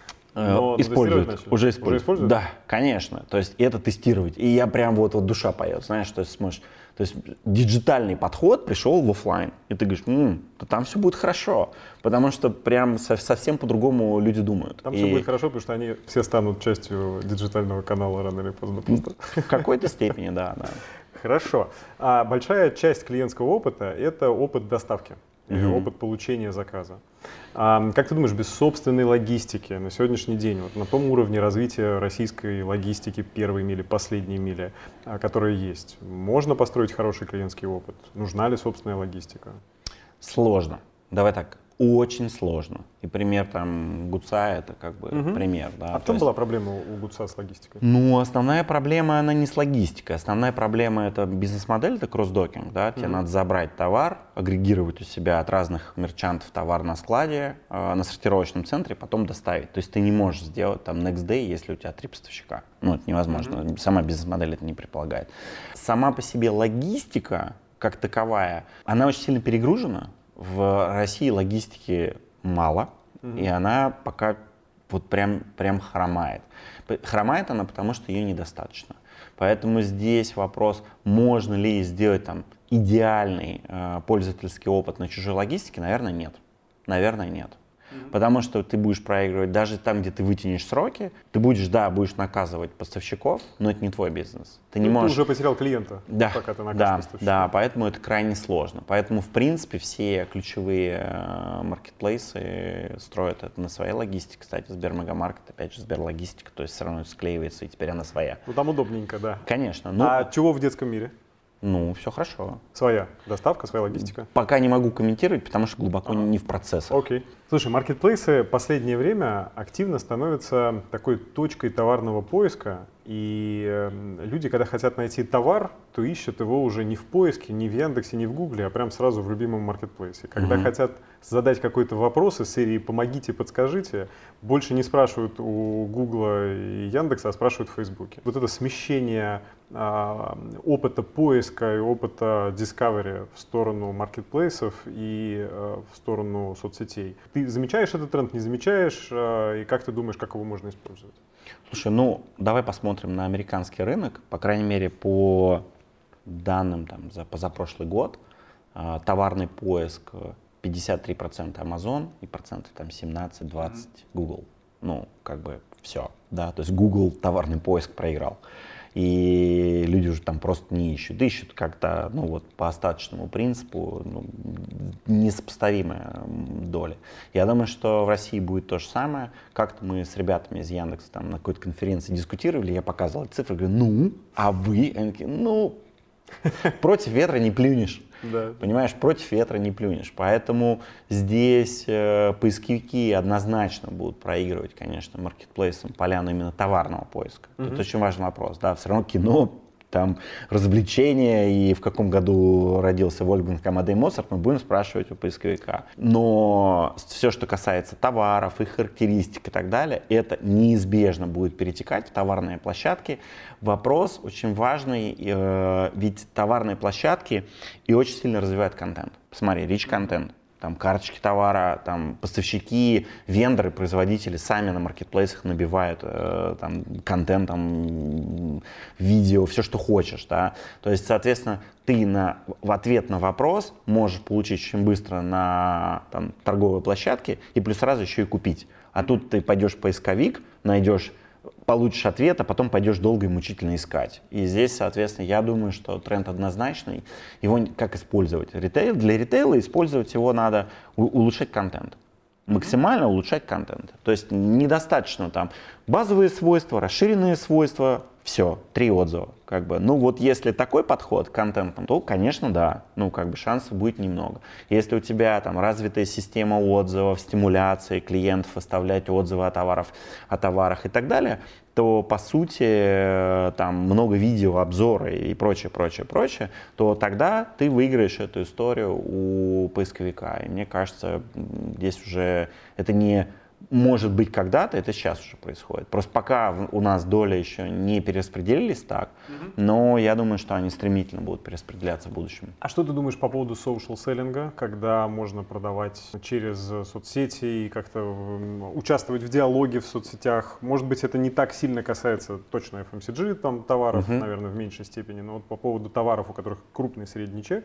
[SPEAKER 2] но
[SPEAKER 1] используют, уже используют. Да, конечно. То есть это тестировать. И я прям вот душа поет, знаешь, то есть сможешь. То есть диджитальный подход пришел в офлайн, и ты говоришь, да там все будет хорошо, потому что прям совсем по-другому люди думают.
[SPEAKER 2] Там все будет хорошо, потому что они все станут частью диджитального канала рано или поздно.
[SPEAKER 1] В какой-то степени, да.
[SPEAKER 2] Хорошо. А большая часть клиентского опыта — это опыт доставки. Опыт получения заказа. Как ты думаешь, без собственной логистики на сегодняшний день, вот на том уровне развития российской логистики первой мили, последней мили, которая есть, можно построить хороший клиентский опыт? Нужна ли собственная логистика?
[SPEAKER 1] Сложно. Давай так. Очень сложно. И пример там Гудса — это как бы пример. Да.
[SPEAKER 2] А в чем была проблема у Гудса с логистикой?
[SPEAKER 1] Ну, основная проблема, она не с логистикой. Основная проблема — это бизнес-модель, это кросс-докинг. Да? Тебе надо забрать товар, агрегировать у себя от разных мерчантов товар на складе, на сортировочном центре, потом доставить. То есть ты не можешь сделать там next day, если у тебя 3 поставщика. Ну, это невозможно. Сама бизнес-модель это не предполагает. Сама по себе логистика, как таковая, она очень сильно перегружена. В России логистики мало, и она пока вот прям хромает. Хромает она, потому что ее недостаточно. Поэтому здесь вопрос, можно ли сделать там идеальный пользовательский опыт на чужой логистике, наверное, нет. Наверное, нет. Потому что ты будешь проигрывать даже там, где ты вытянешь сроки, ты будешь наказывать поставщиков, но это не твой бизнес. Ты не можешь...
[SPEAKER 2] Ты уже потерял клиента, пока ты накажешь поставщиков.
[SPEAKER 1] Да, поэтому это крайне сложно. Поэтому, в принципе, все ключевые маркетплейсы строят это на своей логистике. Кстати, Сбермегамаркет, опять же, Сберлогистика, то есть все равно это склеивается, и теперь она своя.
[SPEAKER 2] Ну, там удобненько, да.
[SPEAKER 1] Конечно.
[SPEAKER 2] А чего в детском мире?
[SPEAKER 1] Ну, все хорошо.
[SPEAKER 2] Своя доставка, своя логистика?
[SPEAKER 1] Пока не могу комментировать, потому что глубоко не в процессах.
[SPEAKER 2] Окей. Слушай, маркетплейсы в последнее время активно становятся такой точкой товарного поиска, и люди, когда хотят найти товар, то ищут его уже не в поиске, не в Яндексе, не в Гугле, а прям сразу в любимом маркетплейсе. Когда хотят задать какой-то вопрос из серии «помогите, подскажите», больше не спрашивают у Гугла и Яндекса, а спрашивают в Фейсбуке. Вот это смещение опыта поиска и опыта discovery в сторону маркетплейсов и в сторону соцсетей. Ты замечаешь этот тренд, не замечаешь, и как ты думаешь, как его можно использовать?
[SPEAKER 1] Слушай, ну давай посмотрим на американский рынок. По крайней мере, по данным там, за позапрошлый год, товарный поиск 53% Amazon и проценты там 17-20 Google. Ну, как бы все, да, то есть Google товарный поиск проиграл. И люди уже там просто не ищут. Ищут как-то, ну вот по остаточному принципу, ну, несопоставимые доли. Я думаю, что в России будет то же самое. Как-то мы с ребятами из Яндекса там на какой-то конференции дискутировали, я показывал цифры, говорю, ну, а вы? Они такие, ну, против ветра не плюнешь.
[SPEAKER 2] Да.
[SPEAKER 1] Понимаешь, против ветра не плюнешь. Поэтому здесь поисковики однозначно будут проигрывать, конечно, маркетплейсам поляну именно товарного поиска. Тут очень важный вопрос. Да, все равно кино, там развлечения и в каком году родился Вольфганг Амадей Моцарт, мы будем спрашивать у поисковика. Но все, что касается товаров, их характеристик и так далее, это неизбежно будет перетекать в товарные площадки. Вопрос очень важный, ведь товарные площадки и очень сильно развивают контент. Посмотри, rich контент. Там карточки товара, там поставщики, вендоры, производители сами на маркетплейсах набивают там, контент, там, видео, все, что хочешь. Да? То есть, соответственно, ты в ответ на вопрос можешь получить очень быстро на там, торговой площадке и плюс сразу еще и купить. А тут ты пойдешь в поисковик, найдешь, получишь ответ, а потом пойдешь долго и мучительно искать. И здесь, соответственно, я думаю, что тренд однозначный. Его как использовать? Для ритейла использовать его надо улучшать контент. Максимально улучшать контент. То есть недостаточно там базовые свойства, расширенные свойства, все, 3 отзыва. Как бы. Ну вот если такой подход к контенту, то, конечно, да, ну как бы шансов будет немного. Если у тебя там развитая система отзывов, стимуляции клиентов, оставлять отзывы о товарах и так далее, то по сути там много видео, обзоры и прочее, то тогда ты выиграешь эту историю у поисковика. И мне кажется, здесь уже это не может быть когда-то, это сейчас уже происходит. Просто пока у нас доли еще не перераспределились так, но я думаю, что они стремительно будут перераспределяться в будущем.
[SPEAKER 2] А что ты думаешь по поводу social-селлинга, когда можно продавать через соцсети и как-то участвовать в диалоге в соцсетях? Может быть, это не так сильно касается точно FMCG, там, товаров, наверное, в меньшей степени, но вот по поводу товаров, у которых крупный средний чек,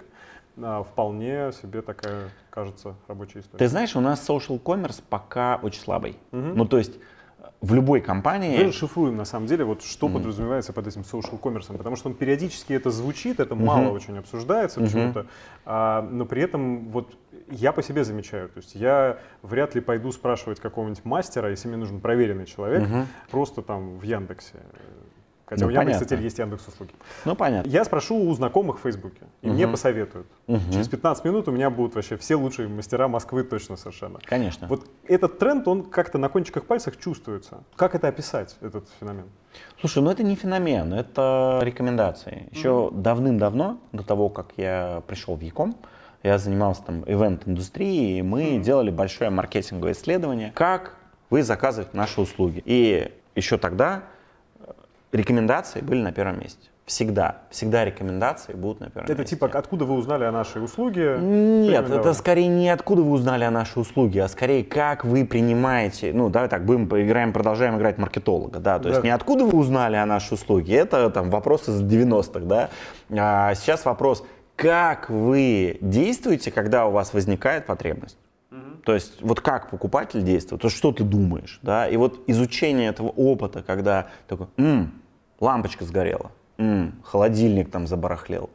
[SPEAKER 2] вполне себе такая, кажется, рабочая история.
[SPEAKER 1] Ты знаешь, у нас social commerce пока очень слабый. Ну, то есть в любой компании...
[SPEAKER 2] Мы шифруем, на самом деле, вот что подразумевается под этим social commerce, потому что он периодически это звучит, это мало очень обсуждается почему-то, но при этом вот я по себе замечаю, то есть я вряд ли пойду спрашивать какого-нибудь мастера, если мне нужен проверенный человек, просто там в Яндексе. Хотя у Яндекса теперь есть Яндекс.Услуги.
[SPEAKER 1] Ну, понятно.
[SPEAKER 2] Я спрошу у знакомых в Фейсбуке, и мне посоветуют. Через 15 минут у меня будут вообще все лучшие мастера Москвы точно совершенно.
[SPEAKER 1] Конечно.
[SPEAKER 2] Вот этот тренд, он как-то на кончиках пальцев чувствуется. Как это описать, этот феномен?
[SPEAKER 1] Слушай, ну это не феномен, это рекомендации. Еще давным-давно, до того, как я пришел в Яком, я занимался там ивент-индустрией, и мы делали большое маркетинговое исследование, как вы заказываете наши услуги. И еще тогда рекомендации были на первом месте. Всегда рекомендации будут на первом месте.
[SPEAKER 2] Это типа, откуда вы узнали о нашей услуге?
[SPEAKER 1] Нет, это скорее не откуда вы узнали о нашей услуге, а скорее как вы принимаете, ну давай так, продолжаем играть маркетолога, да, то есть не откуда вы узнали о нашей услуге, это там вопрос из 90-х, да, а сейчас вопрос, как вы действуете, когда у вас возникает потребность. То есть вот как покупатель действует, то что ты думаешь, да, и вот изучение этого опыта, когда такой, лампочка сгорела, холодильник там забарахлел,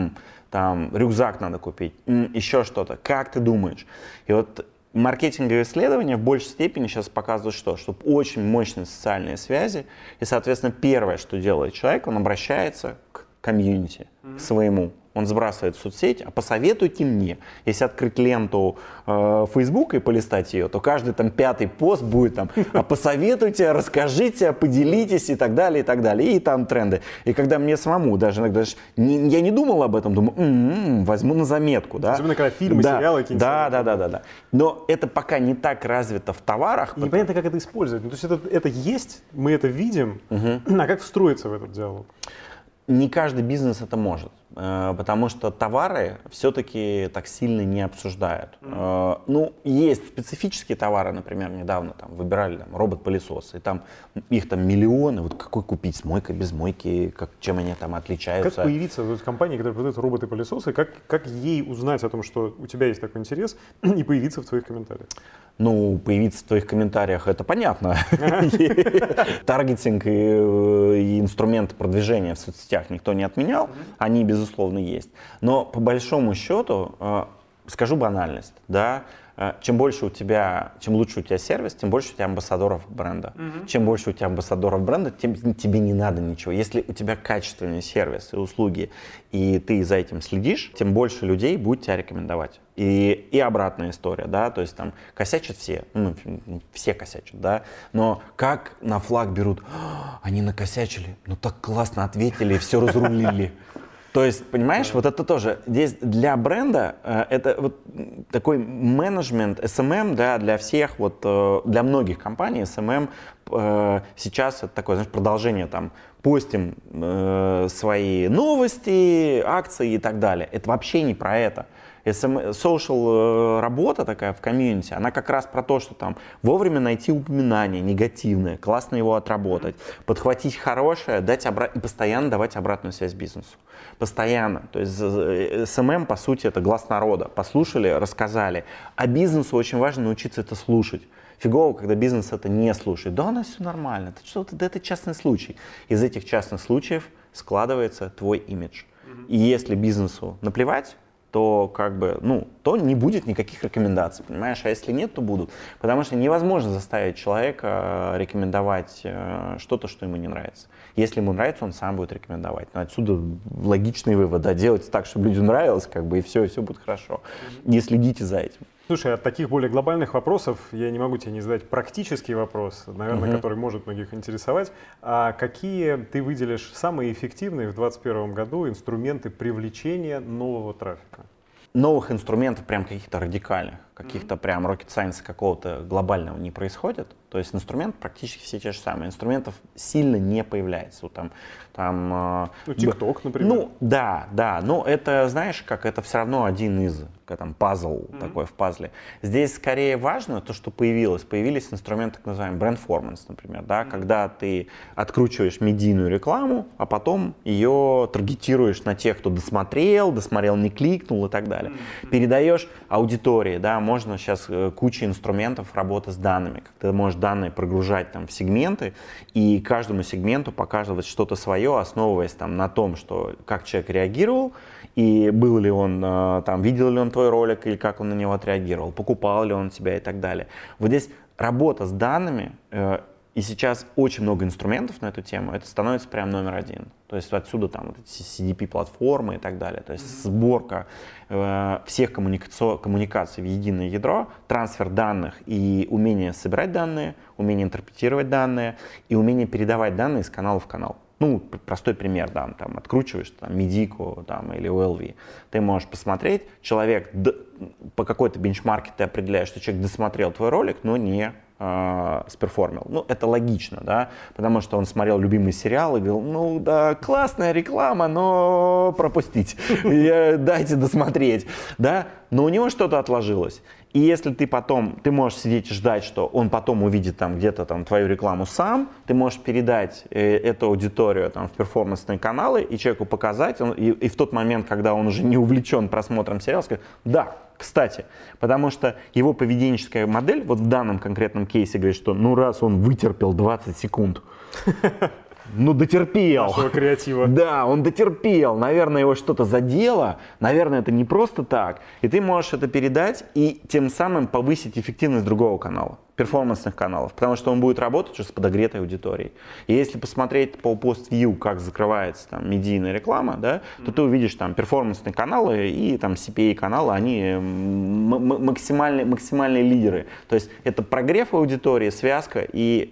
[SPEAKER 1] там рюкзак надо купить, еще что-то, как ты думаешь. И вот маркетинговые исследования в большей степени сейчас показывают что очень мощные социальные связи, и, соответственно, первое, что делает человек, он обращается к комьюнити к своему. Он сбрасывает в соцсеть, а посоветуйте мне. Если открыть ленту Facebook и полистать ее, то каждый там 5-й пост будет там, а посоветуйте, расскажите, поделитесь и так далее, и так далее. И там тренды. И когда мне самому даже иногда, я не думал об этом, думаю, возьму на заметку. Да?
[SPEAKER 2] Особенно когда фильмы, сериалы какие-нибудь.
[SPEAKER 1] Да. Но это пока не так развито в товарах.
[SPEAKER 2] И непонятно, как это использовать. Ну, то есть это есть, мы это видим, а как встроиться в этот диалог?
[SPEAKER 1] Не каждый бизнес это может, потому что товары все-таки так сильно не обсуждают. Ну, есть специфические товары, например, недавно там выбирали там, робот-пылесос, и там их там миллионы, вот какой купить, с мойкой, без мойки, чем они там отличаются.
[SPEAKER 2] Как появиться в компании, которая продает роботы-пылесосы, как ей узнать о том, что у тебя есть такой интерес, и появиться в твоих комментариях?
[SPEAKER 1] Ну, появиться в твоих комментариях, это понятно. Таргетинг и инструменты продвижения в соцсетях никто не отменял, они, безусловно, есть. Но по большому счету, скажу банальность, да, чем лучше у тебя сервис, тем больше у тебя амбассадоров бренда. Чем больше у тебя амбассадоров бренда, тем тебе не надо ничего. Если у тебя качественный сервис и услуги, и ты за этим следишь, тем больше людей будет тебя рекомендовать. И обратная история, да, то есть там косячат все, все косячат, да, но как на флаг берут, они накосячили, так классно ответили и все разрулили. То есть, понимаешь, вот это тоже, здесь для бренда это вот такой менеджмент, SMM, да, для всех, вот для многих компаний SMM сейчас это такое, знаешь, продолжение там, постим свои новости, акции и так далее. Это вообще не про это. Social работа такая в комьюнити, она как раз про то, что там вовремя найти упоминание негативное, классно его отработать, подхватить хорошее, дать и постоянно давать обратную связь бизнесу. Постоянно. То есть SMM, по сути, это глаз народа. Послушали, рассказали. А бизнесу очень важно научиться это слушать. Фигово, когда бизнес это не слушает. Да, у нас все нормально. Это частный случай. Из этих частных случаев складывается твой имидж. И если бизнесу наплевать, то то не будет никаких рекомендаций, понимаешь? А если нет, то будут. Потому что невозможно заставить человека рекомендовать что-то, что ему не нравится. Если ему нравится, он сам будет рекомендовать. Но отсюда логичный вывод, да, делать так, чтобы людям нравилось, и все будет хорошо. Не следите за этим.
[SPEAKER 2] Слушай, от таких более глобальных вопросов я не могу тебе не задать практический вопрос, наверное, который может многих интересовать. А какие ты выделишь самые эффективные в 2021 году инструменты привлечения нового трафика?
[SPEAKER 1] Новых инструментов прям каких-то радикальных, каких-то прям rocket science какого-то глобального не происходит. То есть инструменты практически все те же самые. Инструментов сильно не появляется. Вот там
[SPEAKER 2] TikTok, например.
[SPEAKER 1] Да. Но это, знаешь, это все равно один из пазл такой в пазле. Здесь скорее важно то, что появилось. Появились инструменты, так называемый brand-formance, например, да, когда ты откручиваешь медийную рекламу, а потом ее таргетируешь на тех, кто досмотрел, не кликнул и так далее. Передаешь аудитории, да, можно сейчас куча инструментов работы с данными. Ты можешь данные прогружать в сегменты и каждому сегменту показывать что-то свое, основываясь на том, как человек реагировал, и был ли он видел ли он твой ролик, или как он на него отреагировал, покупал ли он тебя и так далее. Вот здесь работа с данными, и сейчас очень много инструментов на эту тему, это становится прям номер один. То есть отсюда эти CDP-платформы и так далее. То есть сборка всех коммуникаций в единое ядро, трансфер данных и умение собирать данные, умение интерпретировать данные и умение передавать данные из канала в канал. Простой пример, да, откручиваешь медийку или OLV. Ты можешь посмотреть, человек по какой-то бенчмарке ты определяешь, что человек досмотрел твой ролик, но не сперформил. Это логично, да, потому что он смотрел любимый сериал и говорил, да, классная реклама, но пропустить, дайте досмотреть, да, но у него что-то отложилось. И если ты можешь сидеть и ждать, что он потом увидит где-то твою рекламу сам, ты можешь передать эту аудиторию в перформансные каналы и человеку показать, и в тот момент, когда он уже не увлечен просмотром сериала, сказать, да, кстати, потому что его поведенческая модель, вот в данном конкретном кейсе говорит, что раз он вытерпел 20 секунд, дотерпел.
[SPEAKER 2] Нашего креатива.
[SPEAKER 1] Да, он дотерпел. Наверное, его что-то задело. Наверное, это не просто так. И ты можешь это передать и тем самым повысить эффективность другого канала. перформансных каналов, потому что он будет работать уже с подогретой аудиторией. И если посмотреть по пост-вью, как закрывается там медийная реклама, да, то ты увидишь там перформансные каналы и там CPA-каналы, они максимальные лидеры. То есть это прогрев аудитории, связка и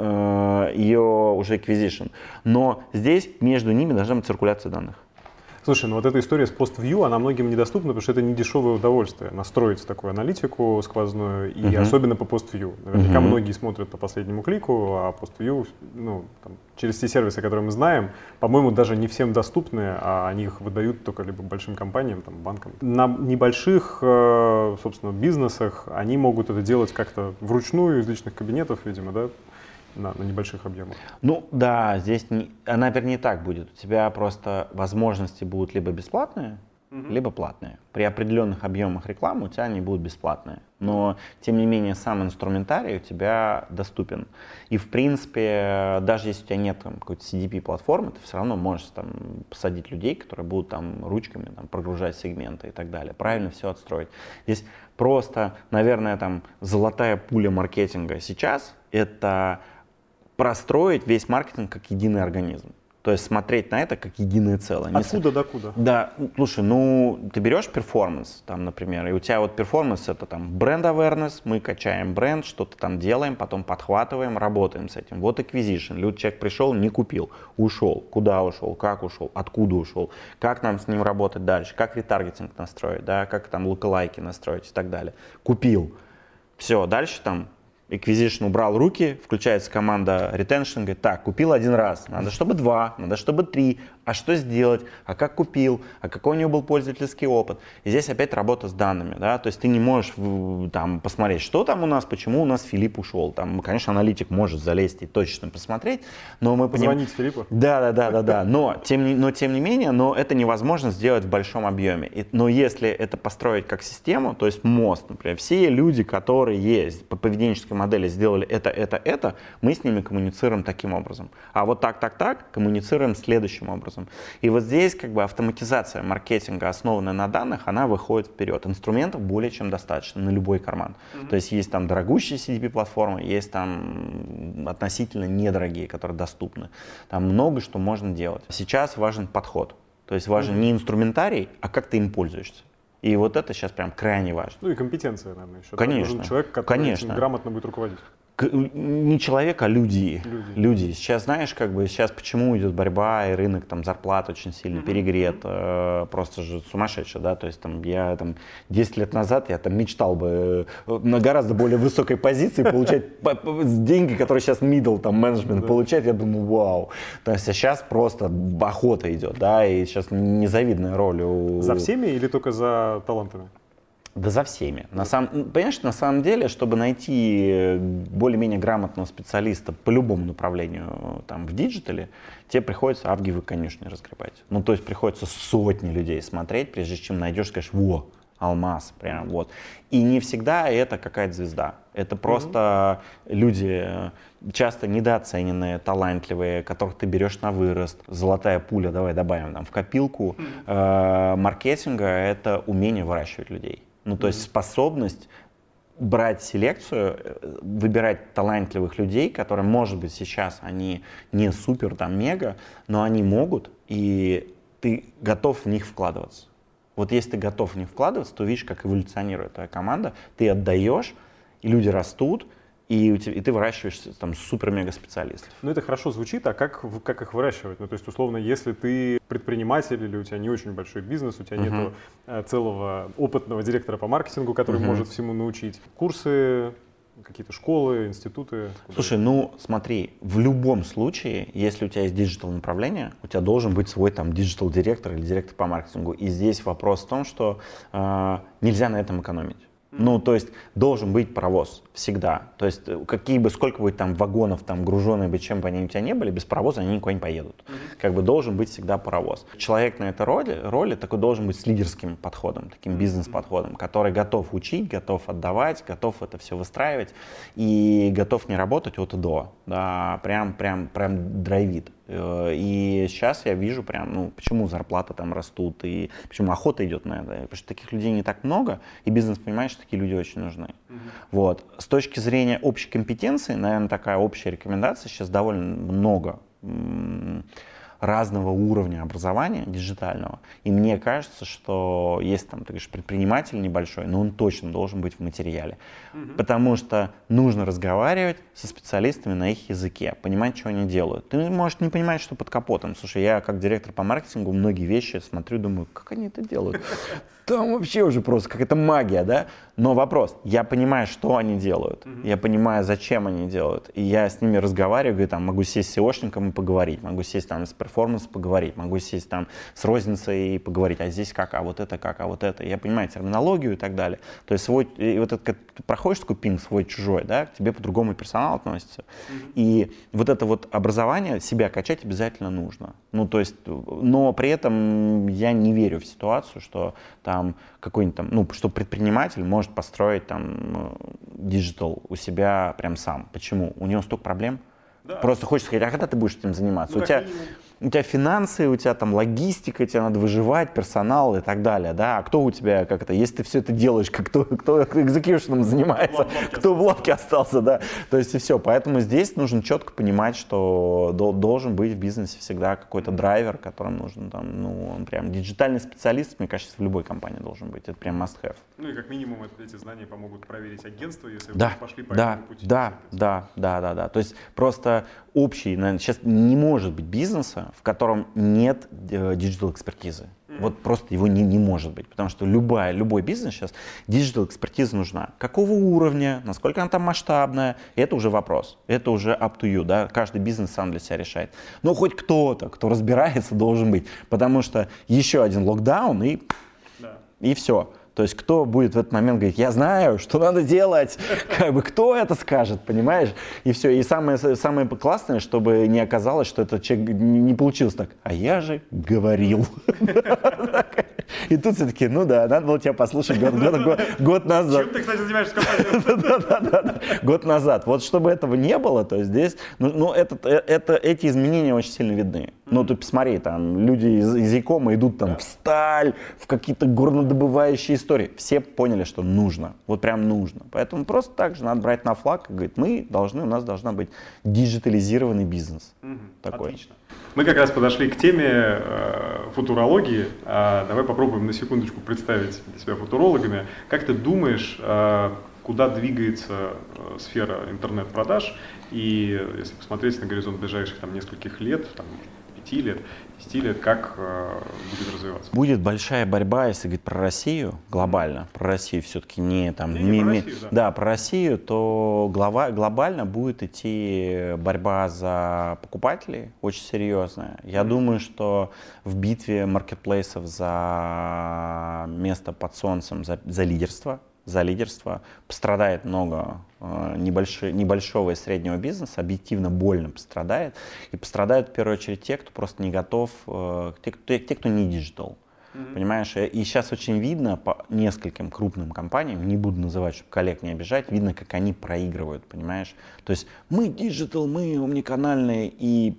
[SPEAKER 1] ее уже acquisition. Но здесь между ними должна быть циркуляция данных.
[SPEAKER 2] Слушай, ну вот эта история с пост-вью, она многим недоступна, потому что это не дешевое удовольствие. Настроить такую аналитику сквозную, и особенно по пост-вью. Наверняка многие смотрят по последнему клику, а пост-вью, ну, там, через те сервисы, которые мы знаем, по-моему, даже не всем доступны, а они их выдают только либо большим компаниям, там, банкам. На небольших, собственно, бизнесах они могут это делать как-то вручную из личных кабинетов, видимо, да? На небольших объемах.
[SPEAKER 1] Ну да, здесь она, вернее, так будет. У тебя просто возможности будут либо бесплатные, либо платные. При определенных объемах рекламы у тебя они будут бесплатные. Но, тем не менее, сам инструментарий у тебя доступен. И, в принципе, даже если у тебя нет там, какой-то CDP-платформы, ты все равно можешь там, посадить людей, которые будут там, ручками там, прогружать сегменты и так далее. Правильно все отстроить. Здесь просто, наверное, там, золотая пуля маркетинга сейчас — это простроить весь маркетинг как единый организм. То есть смотреть на это как единое целое.
[SPEAKER 2] Откуда до куда?
[SPEAKER 1] Да, слушай, ну ты берешь перформанс, там, например, и у тебя вот перформанс это там бренд awareness, мы качаем бренд, что-то там делаем, потом подхватываем, работаем с этим. Вот acquisition, человек пришел, не купил, ушел, куда ушел, как ушел, откуда ушел, как нам с ним работать дальше, как ретаргетинг настроить, да, как там лукалайки настроить и так далее. Купил, все, дальше там acquisition убрал руки, включается команда retention, говорит, так, купил один раз, надо, чтобы 2, надо, чтобы 3, а что сделать, а как купил, а какой у него был пользовательский опыт. И здесь опять работа с данными, да, то есть ты не можешь там посмотреть, что там у нас, почему у нас Филипп ушел. Там, конечно, аналитик может залезть и точно посмотреть, но мы понимаем...
[SPEAKER 2] Позвонить Филиппу?
[SPEAKER 1] Да, но тем не менее, но это невозможно сделать в большом объеме. Но если это построить как систему, то есть мост, например, все люди, которые есть по поведенческой модели, сделали это, мы с ними коммуницируем таким образом. А вот так, коммуницируем следующим образом. И вот здесь как бы автоматизация маркетинга, основанная на данных, она выходит вперед. Инструментов более чем достаточно на любой карман. То есть есть там дорогущие CDP-платформы, есть там относительно недорогие, которые доступны. Там много что можно делать. Сейчас важен подход. То есть важен не инструментарий, а как ты им пользуешься. И вот это сейчас прям крайне важно.
[SPEAKER 2] Ну и компетенция, наверное, еще.
[SPEAKER 1] Конечно.
[SPEAKER 2] Нужен человек, который этим грамотно будет руководить.
[SPEAKER 1] Не человек, а люди. Сейчас, знаешь, как бы сейчас почему идет борьба и рынок там зарплат очень сильно перегрет, просто же сумасшедший, да, то есть там я там 10 лет назад я там мечтал бы на гораздо более высокой позиции получать деньги, которые сейчас middle там менеджмент получает, я думаю, вау. То есть сейчас просто охота идет, да, и сейчас незавидная роль у...
[SPEAKER 2] За всеми или только за талантами?
[SPEAKER 1] Да за всеми. Понимаешь, на самом деле, чтобы найти более-менее грамотного специалиста по любому направлению там, в диджитале, тебе приходится авгиевы конюшни разгребать. Ну, то есть приходится сотни людей смотреть, прежде чем найдешь, скажешь, во, алмаз, прям вот. И не всегда это какая-то звезда. Это просто люди часто недооцененные, талантливые, которых ты берешь на вырост. Золотая пуля, давай добавим там в копилку маркетинга, это умение выращивать людей. Ну, то есть способность брать селекцию, выбирать талантливых людей, которые, может быть, сейчас они не супер, там, мега, но они могут, и ты готов в них вкладываться. Вот если ты готов в них вкладываться, то видишь, как эволюционирует твоя команда, ты отдаешь, и люди растут, и ты выращиваешь там супер-мега-специалистов.
[SPEAKER 2] Ну, это хорошо звучит, а как их выращивать? Ну, то есть, условно, если ты предприниматель или у тебя не очень большой бизнес, у тебя нету целого опытного директора по маркетингу, который может всему научить. Курсы, какие-то школы, институты?
[SPEAKER 1] Слушай, ну смотри, в любом случае, если у тебя есть диджитал направление, у тебя должен быть свой там диджитал директор или директор по маркетингу. И здесь вопрос в том, что нельзя на этом экономить. Ну, то есть должен быть паровоз всегда. То есть сколько будет там вагонов, там груженые бы, чем бы они у тебя не были, без паровоза они никуда не поедут. Как бы должен быть всегда паровоз. Человек на этой роли такой должен быть с лидерским подходом, таким бизнес-подходом, который готов учить, готов отдавать, готов это все выстраивать и готов не работать от и до, да, прям драйвит. И сейчас я вижу прям, ну, почему зарплаты там растут, и почему охота идет на это. Потому что таких людей не так много, и бизнес понимает, что такие люди очень нужны. Вот. С точки зрения общей компетенции, наверное, такая общая рекомендация, сейчас довольно много разного уровня образования диджитального. И мне кажется, что если там, ты говоришь, предприниматель небольшой, но он точно должен быть в материале. Потому что нужно разговаривать со специалистами на их языке, понимать, что они делают. Ты можешь не понимать, что под капотом. Слушай, я как директор по маркетингу многие вещи смотрю, думаю, как они это делают? Там вообще уже просто какая-то магия, да? Но вопрос, я понимаю, что они делают, я понимаю, зачем они делают, и я с ними разговариваю, говорю, там, могу сесть с SEOшником и поговорить, могу сесть там с перформансом поговорить, могу сесть там с розницей и поговорить, а здесь как, а вот это как, а вот это. Я понимаю терминологию и так далее. То есть свой, и вот это, ты проходишь такой пинг свой-чужой, да, к тебе по-другому персонал относится. И вот это вот образование, себя качать обязательно нужно. Ну, то есть, но при этом я не верю в ситуацию, что там какой-нибудь там, ну, что предприниматель может построить там диджитал у себя прям сам. Почему? У него столько проблем. Да. Просто хочешь сказать, а когда ты будешь этим заниматься? Ну, у тебя финансы, у тебя там логистика, тебе надо выживать, персонал и так далее, да, а кто у тебя, как это, если ты все это делаешь, кто экзекьюшеном занимается, кто в лавке остался, да, то есть и все, поэтому здесь нужно четко понимать, что должен быть в бизнесе всегда какой-то драйвер, которым нужен там, ну, он прям диджитальный специалист, мне кажется, в любой компании должен быть, это прям must have.
[SPEAKER 2] Ну и как минимум эти знания помогут проверить агентство, если
[SPEAKER 1] да,
[SPEAKER 2] вы пошли по этому пути.
[SPEAKER 1] Да, то есть просто общий, наверное, сейчас не может быть бизнеса, в котором нет диджитал-экспертизы. Вот просто его не может быть, потому что любой бизнес сейчас, диджитал-экспертиза нужна. Какого уровня, насколько она там масштабная, это уже вопрос, это уже up to you, да, каждый бизнес сам для себя решает. Но хоть кто-то, кто разбирается, должен быть, потому что еще один локдаун и все. То есть кто будет в этот момент говорить, я знаю, что надо делать, как бы кто это скажет, понимаешь? И все. И самое классное, чтобы не оказалось, что этот человек не получился так, а я же говорил. И тут все таки, ну да, надо было тебя послушать год назад.
[SPEAKER 2] Чем ты, кстати, занимаешься компанией?
[SPEAKER 1] Да. Год назад. Вот чтобы этого не было, то здесь, ну эти изменения очень сильно видны. Ну ты посмотри, там люди из Якома идут там в сталь, в какие-то горнодобывающие истории. Все поняли, что нужно, вот прям нужно. Поэтому просто так же надо брать на флаг и говорить, у нас должна быть диджитализированный бизнес. Такой.
[SPEAKER 2] Отлично. Мы как раз подошли к теме футурологии. Давай попробуем на секундочку представить себя футурологами. Как ты думаешь, куда двигается сфера интернет-продаж? И если посмотреть на горизонт ближайших там, нескольких лет, там, 5 лет, 10 лет, как будет развиваться?
[SPEAKER 1] Будет большая борьба, если говорить про Россию глобально, про Россию все-таки не там, про Россию, то глобально будет идти борьба за покупателей, очень серьезная. Я думаю, что в битве маркетплейсов за место под солнцем, за лидерство пострадает много небольшого и среднего бизнеса, объективно больно пострадает. И пострадают в первую очередь те, кто просто не готов, те, кто не диджитал. Понимаешь, и сейчас очень видно по нескольким крупным компаниям, не буду называть, чтобы коллег не обижать, видно, как они проигрывают, понимаешь. То есть мы диджитал, мы омниканальные,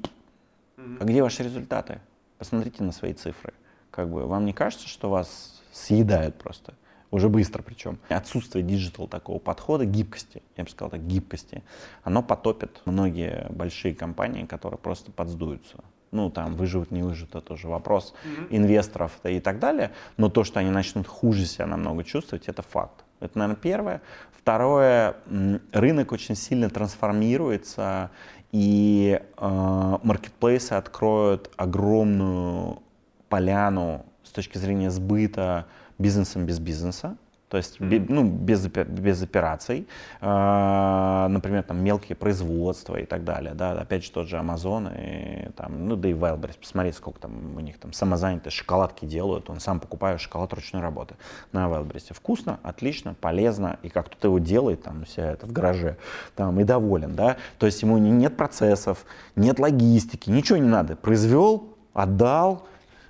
[SPEAKER 1] а где ваши результаты? Посмотрите на свои цифры. Как бы, вам не кажется, что вас съедают просто? Уже быстро причем. Отсутствие диджитал такого подхода, гибкости, я бы сказал так, гибкости, оно потопит многие большие компании, которые просто подсдуются. Ну, там, выживут, не выживут, это уже вопрос инвесторов и так далее. Но то, что они начнут хуже себя намного чувствовать, это факт. Это, наверное, первое. Второе, рынок очень сильно трансформируется, и маркетплейсы откроют огромную поляну с точки зрения сбыта бизнесом без бизнеса, то есть без операций, например, там мелкие производства и так далее, да, опять же тот же Amazon и там, да и Wildberries, посмотрите, сколько там у них там самозанятые шоколадки делают, он сам покупает шоколад ручной работы на Wildberries. Вкусно, отлично, полезно, и как кто-то его делает там у себя это в гараже, там и доволен, да, то есть ему нет процессов, нет логистики, ничего не надо, произвел, отдал,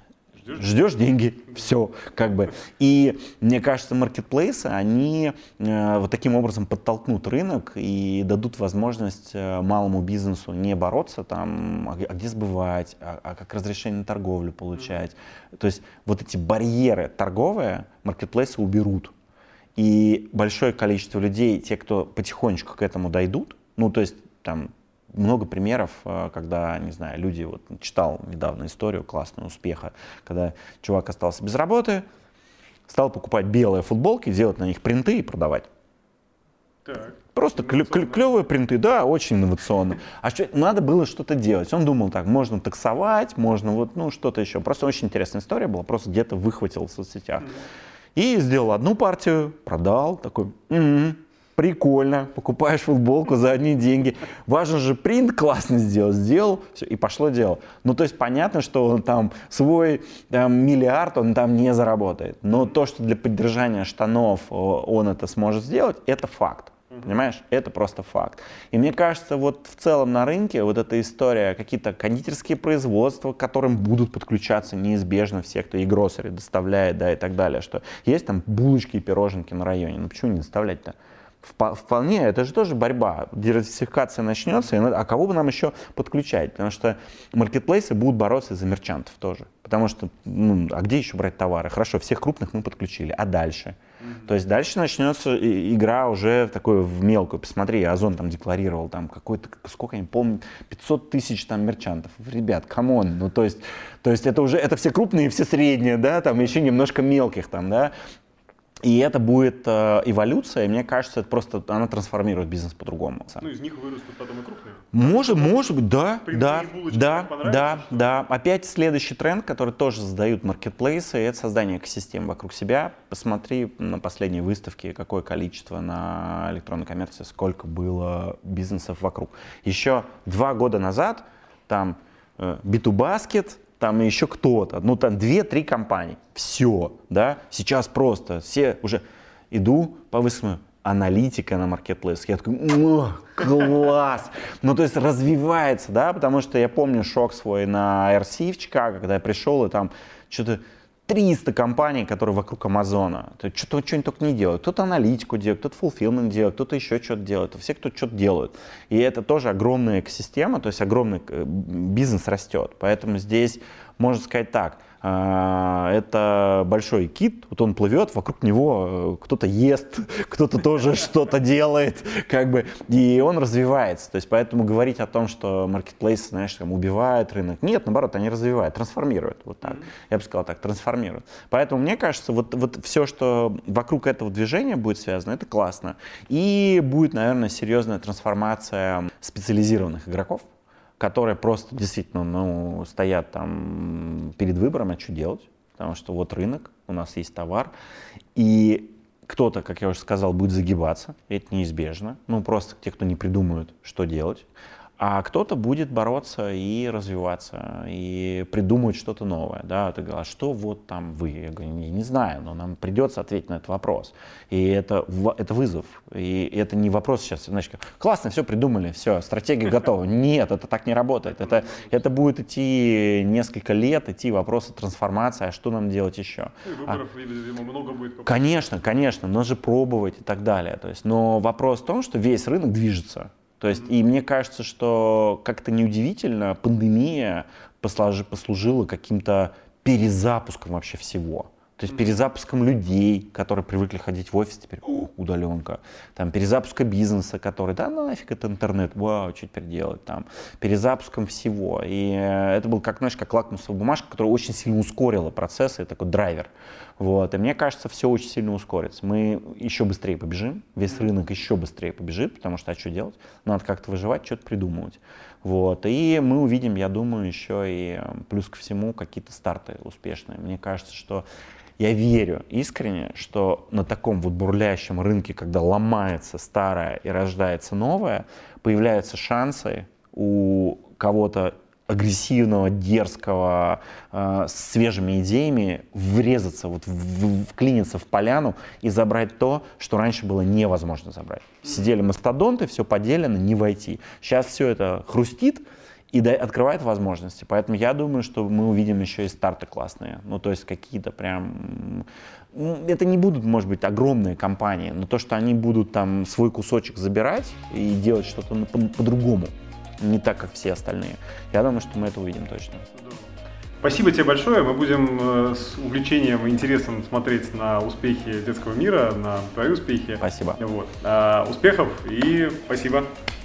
[SPEAKER 1] Ждешь деньги, все, как бы. И мне кажется, маркетплейсы, они вот таким образом подтолкнут рынок и дадут возможность малому бизнесу не бороться там, а где сбывать, а как разрешение на торговлю получать. То есть вот эти барьеры торговые маркетплейсы уберут. И большое количество людей, те, кто потихонечку к этому дойдут, ну то есть там много примеров, когда, не знаю, люди, вот читал недавно историю классного успеха, когда чувак остался без работы, стал покупать белые футболки, делать на них принты и продавать.
[SPEAKER 2] Так.
[SPEAKER 1] Просто клевые принты, да, очень инновационно. А что, надо было что-то делать. Он думал так, можно таксовать, можно вот, ну, что-то еще. Просто очень интересная история была, просто где-то выхватил в соцсетях. И сделал одну партию, продал, такой, прикольно, покупаешь футболку за одни деньги. Важно же принт классно сделал, все, и пошло дело. Ну, то есть понятно, что он там свой миллиард он там не заработает. Но то, что для поддержания штанов он это сможет сделать, это факт. Понимаешь? Это просто факт. И мне кажется, вот в целом на рынке вот эта история, какие-то кондитерские производства, к которым будут подключаться неизбежно все, кто и гроссери доставляет, да, и так далее, что есть там булочки и пироженки на районе. Ну почему не доставлять-то? Вполне, это же тоже борьба. Диверсификация начнется, а кого бы нам еще подключать? Потому что маркетплейсы будут бороться за мерчантов тоже. Потому что, ну, а где еще брать товары? Хорошо, всех крупных мы подключили, а дальше? То есть дальше начнется игра уже в мелкую. Посмотри, Озон там декларировал там какой-то, сколько я не помню, 500 тысяч там мерчантов. Ребят, камон, ну то есть это уже, это все крупные и все средние, да, там еще немножко мелких там, да. И это будет эволюция, и мне кажется, это просто она трансформирует бизнес по-другому.
[SPEAKER 2] Ну, из них вырастут потом и крупные.
[SPEAKER 1] Может быть, да. Опять следующий тренд, который тоже задают маркетплейсы, это создание экосистем вокруг себя. Посмотри на последней выставке, какое количество на электронной коммерции, сколько было бизнесов вокруг. Еще 2 года назад там B2Basket, там еще кто-то, ну там 2-3 компании, все, да, сейчас просто все уже иду по выставке, аналитика на маркетплейс, я такой, класс, ну то есть развивается, да, потому что я помню шок свой на RC в Чикаго, когда я пришел и там что-то 300 компаний, которые вокруг Амазона, что-нибудь только не делают. Кто-то аналитику делает, кто-то fulfillment делает, кто-то еще что-то делает. Все, кто что-то делают. И это тоже огромная экосистема, то есть огромный бизнес растет. Поэтому здесь можно сказать так, это большой кит, вот он плывет, вокруг него кто-то ест, кто-то тоже что-то делает, как бы, и он развивается. То есть поэтому говорить о том, что маркетплейсы, знаешь, там, убивают рынок, нет, наоборот, они развивают, трансформируют, вот так. Я бы сказал так, трансформируют. Поэтому мне кажется, вот все, что вокруг этого движения будет связано, это классно. И будет, наверное, серьезная трансформация специализированных игроков, которые просто действительно стоят там перед выбором, а что делать, потому что вот рынок, у нас есть товар, и кто-то, как я уже сказал, будет загибаться, это неизбежно, ну просто те, кто не придумают, что делать, а кто-то будет бороться и развиваться, и придумывать что-то новое, да, ты говоришь, а что вот там вы? Я говорю, я не знаю, но нам придется ответить на этот вопрос, и это вызов, и это не вопрос сейчас, значит, классно, все придумали, все, стратегия готова, нет, это так не работает, это будет идти несколько лет, идти вопросы трансформации, а что нам делать еще?
[SPEAKER 2] И выборов, видимо, много будет.
[SPEAKER 1] Конечно, нужно же пробовать и так далее, то есть, но вопрос в том, что весь рынок движется. То есть, и мне кажется, что как-то неудивительно, пандемия послужила каким-то перезапуском вообще всего. То есть перезапуском людей, которые привыкли ходить в офис, теперь удаленка. Там, перезапуска бизнеса, который, да нафиг это интернет, вау, что теперь делать там. Перезапуском всего. И это был, как, знаешь, как лакмусовая бумажка, которая очень сильно ускорила процессы, такой драйвер. Вот. И мне кажется, все очень сильно ускорится. Мы еще быстрее побежим, весь рынок еще быстрее побежит, потому что, а что делать? Надо как-то выживать, что-то придумывать. Вот. И мы увидим, я думаю, еще и плюс ко всему какие-то старты успешные. Мне кажется, что я верю искренне, что на таком вот бурлящем рынке, когда ломается старое и рождается новое, появляются шансы у кого-то агрессивного, дерзкого, с свежими идеями врезаться, вот, вклиниться в поляну и забрать то, что раньше было невозможно забрать. Сидели мастодонты, все поделено, не войти. Сейчас все это хрустит, и открывает возможности. Поэтому я думаю, что мы увидим еще и старты классные. Ну, то есть какие-то прям... Это не будут, может быть, огромные компании, но то, что они будут там свой кусочек забирать и делать что-то по-другому, не так, как все остальные. Я думаю, что мы это увидим точно.
[SPEAKER 2] Спасибо тебе большое. Мы будем с увлечением и интересом смотреть на успехи детского мира, на твои успехи.
[SPEAKER 1] Спасибо.
[SPEAKER 2] Вот. Успехов и спасибо.